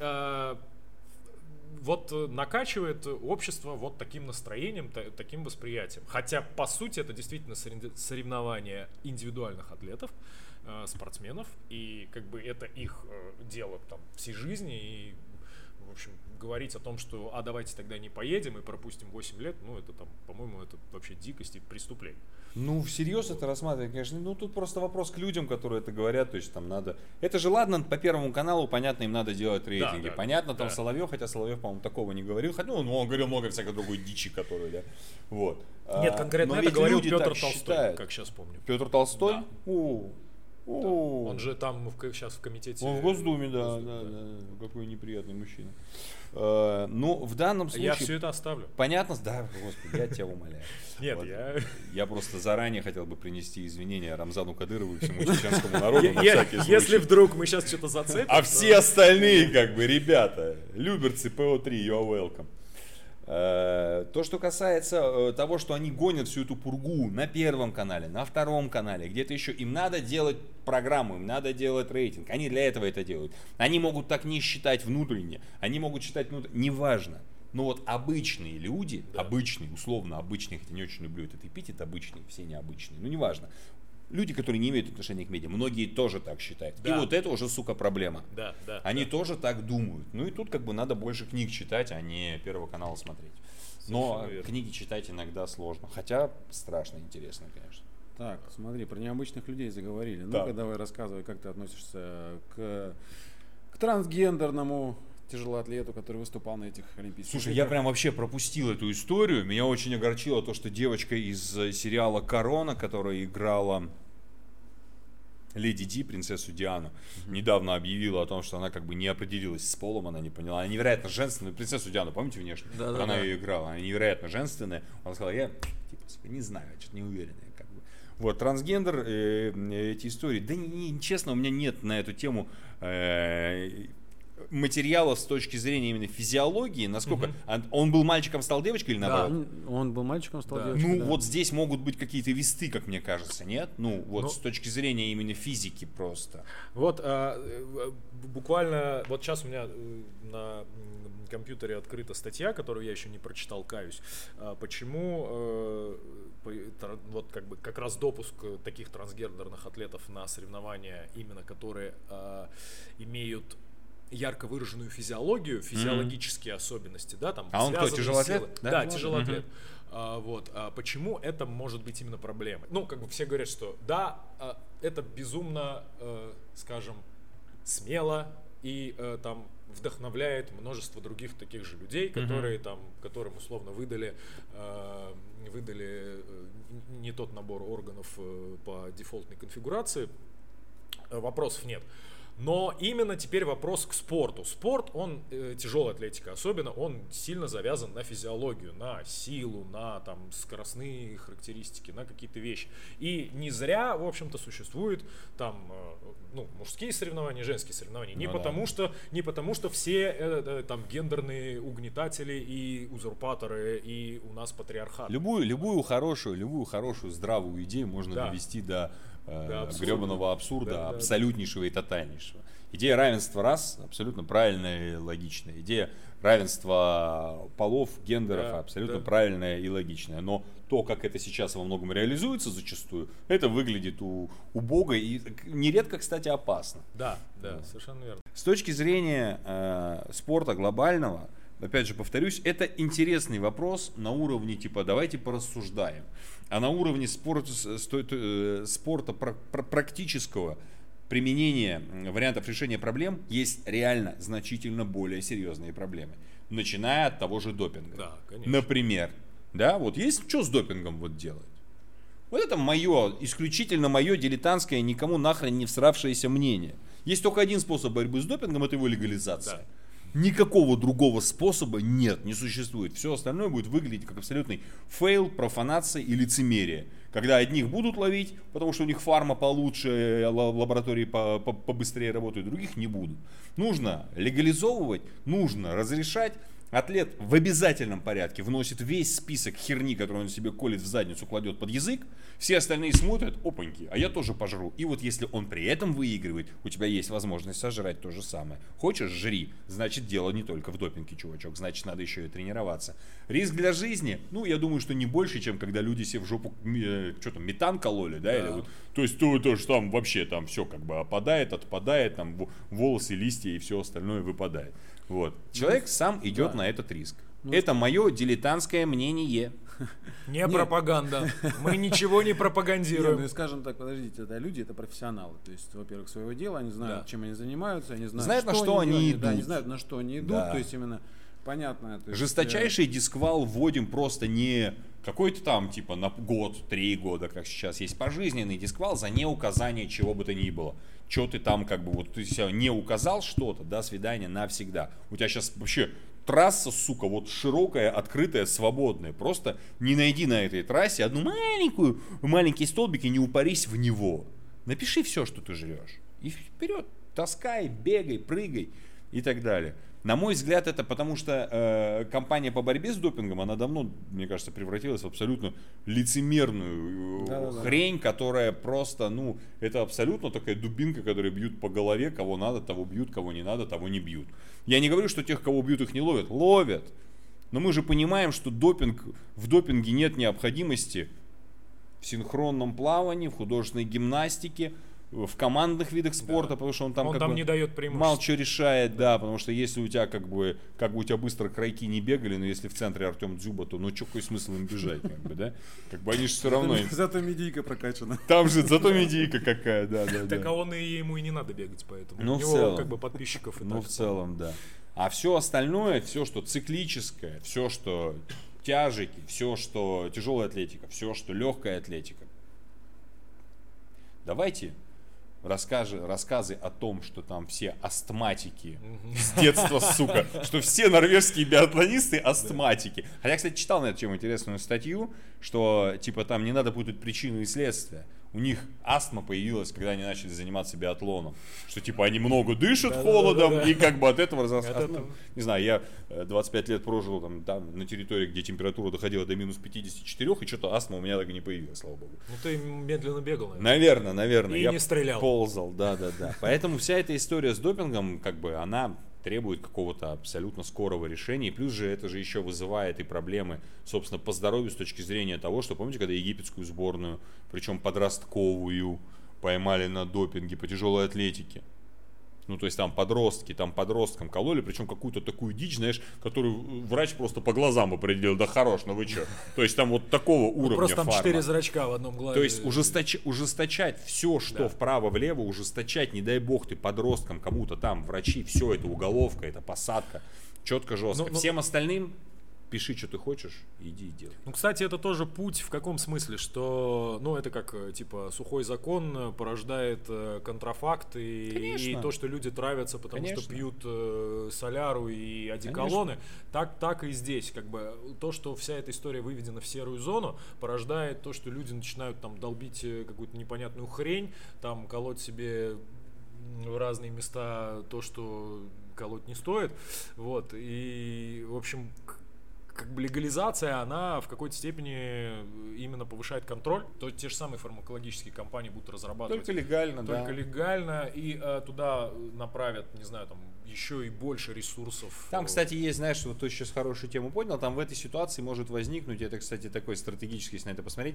накачивает общество вот таким настроением, таким восприятием. Хотя, по сути, это действительно соревнования индивидуальных атлетов, спортсменов, и это их дело там всей жизни, и в общем, говорить о том, что давайте тогда не поедем и пропустим 8 лет, ну, это там, по-моему, это вообще дикость и преступление. Ну, всерьез это рассматривать, конечно, ну, тут просто вопрос к людям, которые это говорят, то есть там надо... Это же ладно, по Первому каналу, понятно, им надо делать рейтинги, Да, понятно, там да. Соловьев, хотя Соловьев, по-моему, такого не говорил, хотя, ну, он говорил много всякой другой дичи, которую, да, вот. Нет, конкретно Но это ведь говорил люди Петр так Толстой, считают. как сейчас помню. Петр Толстой? Да. О. Он же там сейчас в комитете... Он в Госдуме, да, какой неприятный мужчина. Ну, в данном случае... Я все это оставлю. Понятно? Да, господи, я тебя умоляю. Нет, Вот. я... Я просто заранее хотел бы принести извинения Рамзану Кадырову и всему чеченскому народу на всякий случай. Если вдруг мы сейчас что-то зацепим... А все остальные, как бы, ребята, люберцы ПО3, you are welcome. То, что касается того, что они гонят всю эту пургу на Первом канале, на Втором канале, где-то еще, им надо делать программу, им надо делать рейтинг. Они для этого это делают. Они могут так не считать внутренне, они могут считать внутренне, неважно. Но вот обычные люди, обычные, условно обычные, хотя не очень люблю этот эпитет, обычные, все необычные, ну неважно. Люди, которые не имеют отношения к медиа, многие тоже так считают. Да. И вот это уже, сука, проблема. Да. Они тоже так думают. Ну и тут как бы надо больше книг читать, а не Первого канала смотреть. Но Совершенно верно. книги читать иногда сложно. Хотя страшно интересно, конечно. Так, смотри, про необычных людей заговорили. Да. Ну-ка давай рассказывай, как ты относишься к трансгендерному тяжелоатлету, который выступал на этих Олимпийских Слушай, играх. я прям вообще пропустил эту историю. Меня очень огорчило то, что девочка из сериала «Корона», которая играла Леди Ди, принцессу Диану, недавно объявила о том, что она как бы не определилась с полом, она не поняла. Она невероятно женственная. Принцессу Диану, помните внешне? Да-да-да. Она ее играла. Она невероятно женственная. Она сказала, я типа не знаю, я что-то не уверенная. Как бы. Вот, трансгендер, эти истории. Да честно, у меня нет на эту тему материалов с точки зрения именно физиологии, насколько он был мальчиком, стал девочкой или наоборот? Он был мальчиком, стал Да. девочкой. Ну, да. вот здесь могут быть какие-то весты, как мне кажется, нет? Ну, вот Ну, с точки зрения именно физики просто. Вот буквально, вот сейчас у меня на компьютере открыта статья, которую я еще не прочитал, каюсь. Почему вот как раз допуск таких трансгендерных атлетов на соревнования, именно которые имеют ярко выраженную физиологию, физиологические особенности, да, там. А он кто, связанные тяжелоатлет? силы. Да? Да, тяжелоатлет. Почему это может быть именно проблемой? Ну, как бы все говорят, что да, это безумно, скажем, смело и там вдохновляет множество других таких же людей, которые там, которым условно выдали не тот набор органов по дефолтной конфигурации. Вопросов нет. Но именно теперь вопрос к спорту. Спорт, он, тяжелая атлетика особенно, он сильно завязан на физиологию, на силу, на там скоростные характеристики, на какие-то вещи. И не зря, в общем-то, существуют там мужские соревнования, женские соревнования. Не потому что все там гендерные угнетатели и узурпаторы, и у нас патриархат. Любую хорошую, здравую идею можно довести до гребаного абсурда, абсолютнейшего и тотальнейшего. Идея равенства рас абсолютно правильная и логичная. Идея равенства полов, гендеров абсолютно правильная и логичная. Но то, как это сейчас во многом реализуется зачастую, это выглядит убого и нередко, кстати, опасно. Да, совершенно верно. С точки зрения спорта глобального, опять же повторюсь, это интересный вопрос на уровне типа давайте порассуждаем. А на уровне спорта практического применения вариантов решения проблем есть реально значительно более серьезные проблемы. Начиная от того же допинга. Да, конечно. Например, да, вот есть что с допингом вот делать? Вот это исключительно мое дилетантское, никому нахрен не всравшееся мнение. Есть только один способ борьбы с допингом, это его легализация. Да. Никакого другого способа нет, не существует. Все остальное будет выглядеть как абсолютный фейл, профанация и лицемерие. Когда одних будут ловить, потому что у них фарма получше, лаборатории побыстрее работают, других не будут. Нужно легализовывать, нужно разрешать. Атлет в обязательном порядке вносит весь список херни, которую он себе колет в задницу, кладет под язык. Все остальные смотрят, опаньки, а я тоже пожру. И вот если он при этом выигрывает, у тебя есть возможность сожрать то же самое. Хочешь, жри. Значит, дело не только в допинге, чувачок. Значит, надо еще и тренироваться. Риск для жизни? Ну, я думаю, что не больше, чем когда люди себе в жопу что там, метан кололи, да, или вот, то есть то, что там вообще там все как бы опадает, отпадает, там волосы, листья и все остальное выпадает. Вот. Человек сам идет на этот риск. Это мое дилетантское мнение. Не пропаганда. Мы ничего не пропагандируем. Ну, скажем так, подождите, это люди, это профессионалы. То есть, во-первых, своего дела, они знают, чем они занимаются, они знают, на что они идут. Да, они знают, на что они идут. Да. То есть, именно понятно. То есть, жесточайший дисквал вводим просто не какой-то там, типа, на год, 3 года, как сейчас есть, пожизненный дисквал за неуказание чего бы то ни было. Что ты там, как бы, вот ты себя не указал что-то, до свидания навсегда. У тебя сейчас вообще трасса, сука, вот широкая, открытая, свободная. Просто не найди на этой трассе одну маленький столбик и не упарись в него. Напиши все, что ты жрешь. И вперед, таскай, бегай, прыгай и так далее. На мой взгляд, это потому что кампания по борьбе с допингом, она давно, мне кажется, превратилась в абсолютно лицемерную хрень, которая просто, ну, это абсолютно такая дубинка, которая бьют по голове, кого надо, того бьют, кого не надо, того не бьют. Я не говорю, что тех, кого бьют, их не ловят. Ловят. Но мы же понимаем, что в допинге нет необходимости в синхронном плавании, в художественной гимнастике, в командных видах спорта, потому что он там не дает преимущества. Мало что решает, да, потому что если у тебя как бы у тебя быстро крайки не бегали, но если в центре Артем Дзюба, то ну что, какой смысл им бежать, как бы, да? Как бы они же все равно... Зато медийка прокачана. Там же зато медийка какая, да. Так а ему и не надо бегать, поэтому ну, у него как бы подписчиков и так. Ну, в целом, да. А все остальное, все, что циклическое, все, что тяжики, все, что тяжелая атлетика, все, что легкая атлетика. Давайте рассказы о том, что там все астматики с детства, сука, что все норвежские биатлонисты астматики. Хотя, кстати, читал на эту тему интересную статью, что типа там не надо путать причину и следствие. У них астма появилась, когда они начали заниматься биатлоном. Что типа они много дышат холодом, и как бы от этого не знаю, я 25 лет прожил там на территории, где температура доходила до минус 54, и что-то астма у меня так и не появилась, слава богу. Ну ты медленно бегал, наверное. И я не стрелял. Ползал, да. Поэтому вся эта история с допингом, как бы, она требует какого-то абсолютно скорого решения. И плюс же это же еще вызывает и проблемы, собственно, по здоровью с точки зрения того, что, помните, когда египетскую сборную, причем подростковую, поймали на допинге по тяжелой атлетике. Ну, то есть там подросткам кололи, причем какую-то такую дичь, знаешь, которую врач просто по глазам определил, да хорош, ну вы че? То есть там вот такого уровня просто там фарма. 4 зрачка в одном глазе. То есть ужесточать все, что вправо-влево, ужесточать, не дай бог ты подросткам, кому-то там, врачи, все, это уголовка, это посадка, четко, жестко. Всем остальным пиши, что ты хочешь, иди и делай. Ну, кстати, это тоже путь в каком смысле, что, ну, это как, типа, сухой закон порождает контрафакт и то, что люди травятся, потому что пьют соляру и одеколоны. Так и здесь, как бы, то, что вся эта история выведена в серую зону, порождает то, что люди начинают там долбить какую-то непонятную хрень, там колоть себе в разные места то, что колоть не стоит, вот, и, в общем, как бы легализация, она в какой-то степени именно повышает контроль. То те же самые фармакологические компании будут разрабатывать. Только легально, и туда направят, не знаю, там еще и больше ресурсов. Там, кстати, есть, знаешь, вот ты сейчас хорошую тему поднял, там в этой ситуации может возникнуть, это, кстати, такой стратегический, если на это посмотреть,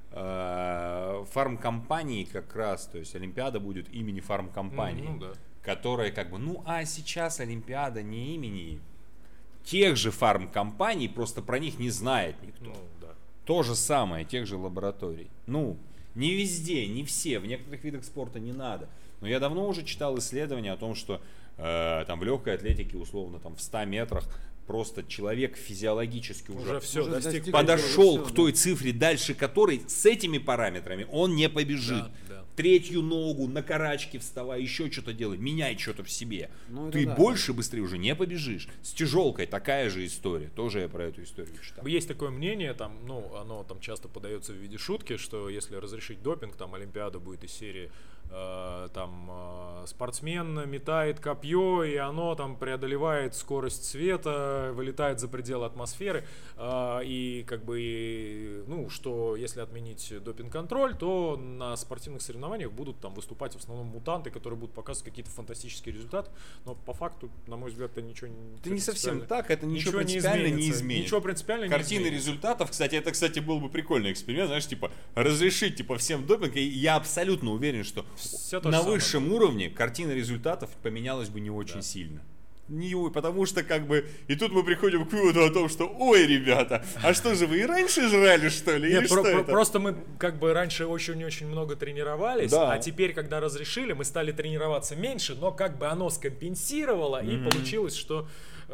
фармкомпании как раз, то есть Олимпиада будет имени фармкомпании, которая как бы, а сейчас Олимпиада не имени тех же фармкомпаний, просто про них не знает никто. То же самое, тех же лабораторий. Не везде, не все, в некоторых видах спорта не надо. Но я давно уже читал исследования о том, что там в легкой атлетике, условно, там в 100 метрах, просто человек физиологически уже подошел к той цифре, дальше которой с этими параметрами он не побежит. Третью ногу, на карачки вставай, еще что-то делай, меняй что-то в себе. Ты больше, быстрее уже не побежишь. С тяжелкой такая же история. Тоже я про эту историю читал. Есть такое мнение, там, оно там часто подается в виде шутки, что если разрешить допинг, там Олимпиада будет из серии спортсмен метает копье, и оно там преодолевает скорость света, вылетает за пределы атмосферы, и как бы, ну, что если отменить допинг-контроль, то на спортивных соревнованиях будут там выступать в основном мутанты, которые будут показывать какие-то фантастические результаты, но по факту, на мой взгляд, это ничего это не совсем так, это ничего принципиально не изменит. Ничего принципиально не Картины изменится. результатов, кстати, был бы прикольный эксперимент, знаешь, типа, разрешить, типа, всем допинг, и я абсолютно уверен, что на высшем уровне картина результатов поменялась бы не очень сильно. Потому что, как бы, и тут мы приходим к выводу о том, что, ой, ребята, а что же вы и раньше жрали, что ли? Нет, просто мы как бы раньше очень-очень много тренировались, да. А теперь, когда разрешили, мы стали тренироваться меньше, но как бы оно скомпенсировало, и получилось, что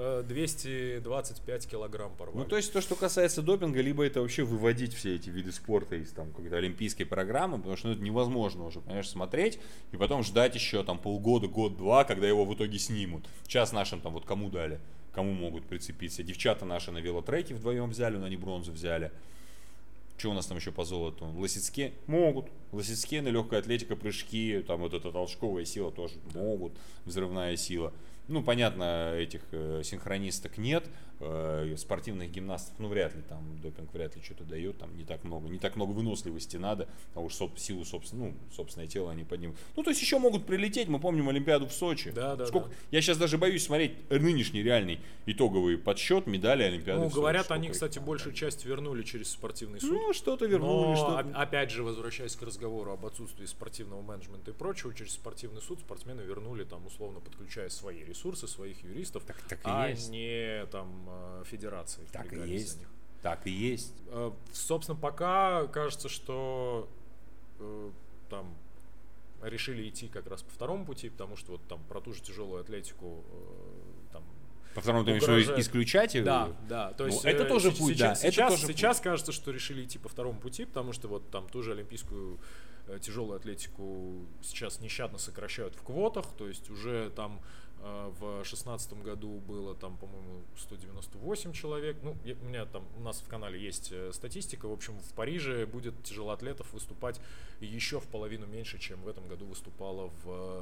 225 килограмм порвали. Ну, то есть, то, что касается допинга, либо это вообще выводить все эти виды спорта из там какой-то олимпийской программы, потому что это невозможно уже, понимаешь, смотреть, и потом ждать еще там полгода, год-два, когда его в итоге снимут. Сейчас нашим там вот кому дали, кому могут прицепиться. Девчата наши на велотреке вдвоем взяли, но они бронзу взяли. Что у нас там еще по золоту? Лосицке могут. Лосицке на легкая атлетика, прыжки, там вот эта толчковая сила тоже могут, взрывная сила. Ну, понятно, этих синхронисток нет, спортивных гимнастов, ну, вряд ли, там, допинг вряд ли что-то дает, там, не так много выносливости надо, а уж силу, собственное тело они поднимут. Ну, то есть еще могут прилететь, мы помним Олимпиаду в Сочи. Да. Я сейчас даже боюсь смотреть нынешний реальный итоговый подсчет медали Олимпиады в Сочи. Ну, говорят, они, кстати, большую часть вернули через спортивный суд. Ну, что-то вернули, что-то. Опять же, возвращаясь к разговору об отсутствии спортивного менеджмента и прочего, через спортивный суд спортсмены вернули, там, условно, подключая свои ресурсы, своих юристов, не там федерации. Так и есть. Так и есть. Собственно, пока кажется, что там решили идти как раз по второму пути, потому что вот там про ту же тяжелую атлетику там по второму ты имеешь исключать его? Да. То есть это тоже путь, сейчас кажется, что решили идти по второму пути, потому что вот там ту же олимпийскую тяжелую атлетику сейчас нещадно сокращают в квотах, то есть уже там в 2016 году было там, по-моему, 198 человек. Ну, у нас в канале есть статистика. В общем, в Париже будет тяжелоатлетов выступать еще в половину меньше, чем в этом году выступало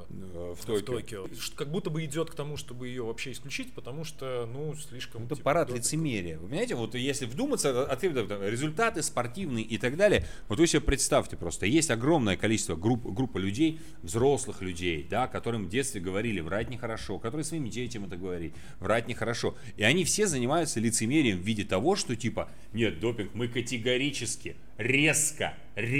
в Токио. Как будто бы идет к тому, чтобы ее вообще исключить, потому что, ну, слишком... Это парад лицемерия. Вы понимаете, вот если вдуматься, результаты спортивные и так далее, вот вы себе представьте просто, есть огромное количество группа людей, взрослых людей, да, которым в детстве говорили, врать нехорошо, которые своим детям это говорить, врать нехорошо. И они все занимаются лицемерием в виде того, что типа, нет, допинг, мы категорически, резко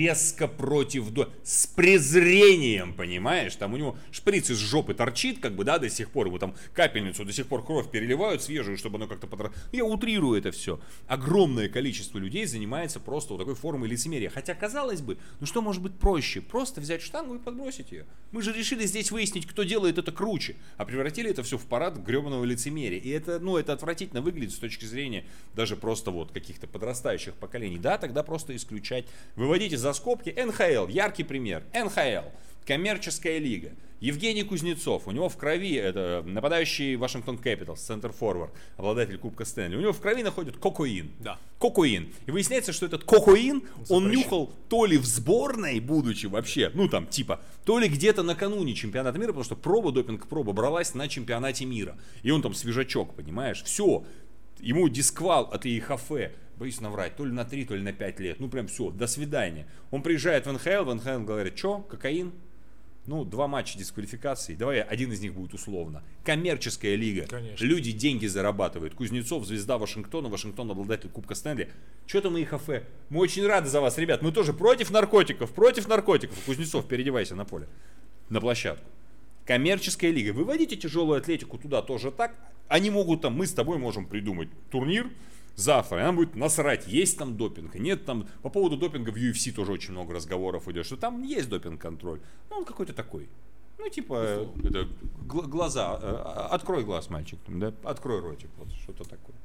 против с презрением, понимаешь? Там у него шприц из жопы торчит, как бы, да, до сих пор, ему там капельницу до сих пор кровь переливают свежую, чтобы оно как-то Я утрирую это все. Огромное количество людей занимается просто вот такой формой лицемерия. Хотя, казалось бы, ну что может быть проще? Просто взять штангу и подбросить ее. Мы же решили здесь выяснить, кто делает это круче, а превратили это все в парад гребаного лицемерия. И это, ну, это отвратительно выглядит с точки зрения даже просто вот каких-то подрастающих поколений. Да, тогда просто исключать. Выводите за скобки. НХЛ, яркий пример. НХЛ, коммерческая лига. Евгений Кузнецов, у него в крови, это нападающий Вашингтон Кэпиталс, центр-форвард, обладатель Кубка Стэнли, у него в крови находят кокаин. Да. Кокаин. И выясняется, что этот кокаин он нюхал то ли в сборной, будучи вообще, ну там типа, то ли где-то накануне чемпионата мира, потому что допинг-проба бралась на чемпионате мира. И он там свежачок, понимаешь, все. Ему дисквал от ИХФ, боюсь наврать, то ли на 3, то ли на 5 лет. Ну прям все, до свидания. Он приезжает в НХЛ говорит, что, кокаин? Ну, 2 матча дисквалификации, давай один из них будет условно. Коммерческая лига. Конечно. Люди деньги зарабатывают. Кузнецов, звезда Вашингтона, Вашингтон обладатель Кубка Стэнли. Что там ИХФ? Мы очень рады за вас, ребят. Мы тоже против наркотиков. Кузнецов, переодевайся на поле, на площадку. Коммерческая лига. Выводите тяжелую атлетику туда тоже так. Они могут там, мы с тобой можем придумать турнир завтра, и нам будет насрать, есть там допинг, нет там. По поводу допинга в UFC тоже очень много разговоров идет, что там есть допинг-контроль. Ну, он какой-то такой. Ну, типа, это, глаза, открой глаз, мальчик, да? Открой ротик, вот что-то такое.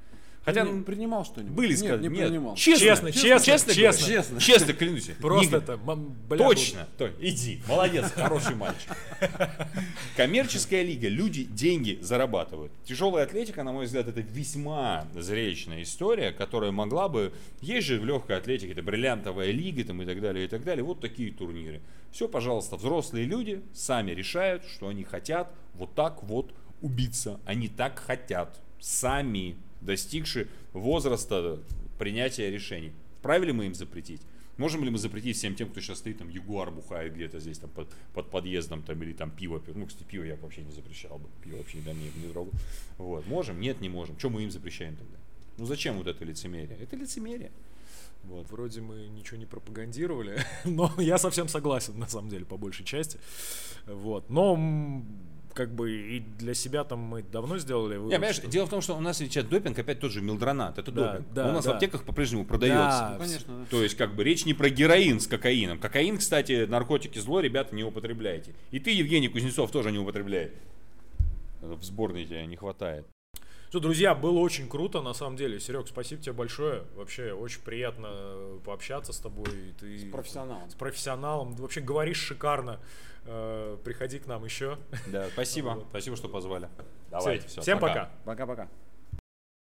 Хотя принимал что-нибудь? были Нет, сказаны. не принимал. Честно, Честно, честно клянусь. Просто Никогда. это, бля, Точно. Иди. Молодец, хороший мальчик. Коммерческая лига. Люди деньги зарабатывают. Тяжелая атлетика, на мой взгляд, это весьма зрелищная история, которая могла бы... Есть же в легкой атлетике, это бриллиантовая лига там, и так далее, и так далее. Вот такие турниры. Все, пожалуйста, взрослые люди сами решают, что они хотят вот так вот убиться. Они так хотят. Сами, достигши возраста принятия решений. Вправе ли мы им запретить? Можем ли мы запретить всем тем, кто сейчас стоит, там, ягуар бухает где-то здесь, там, под подъездом, там, или там пиво пьет? Ну, кстати, пиво я вообще не запрещал бы. Пиво вообще не трогал. Вот. Можем? Нет, не можем. Что мы им запрещаем тогда? Ну, зачем вот это лицемерие? Это лицемерие. Вот. Вроде мы ничего не пропагандировали, но я совсем согласен, на самом деле, по большей части. Вот. Но как бы и для себя там мы давно сделали вывод, понимаешь, дело в том, что у нас сейчас допинг, опять тот же милдронат, это допинг. Да, у нас в аптеках по-прежнему продается. Да, конечно, да. То есть, как бы, речь не про героин с кокаином. Кокаин, кстати, наркотики зло, ребята, не употребляйте. И ты, Евгений Кузнецов, тоже не употребляй. В сборной тебя не хватает. Что, друзья, было очень круто, на самом деле. Серег, спасибо тебе большое. Вообще, очень приятно пообщаться с тобой. Ты С профессионалом. С профессионалом. Ты вообще говоришь шикарно. Приходи к нам еще. Да, спасибо. Спасибо, что позвали. Давайте, все. Всем пока. Пока-пока.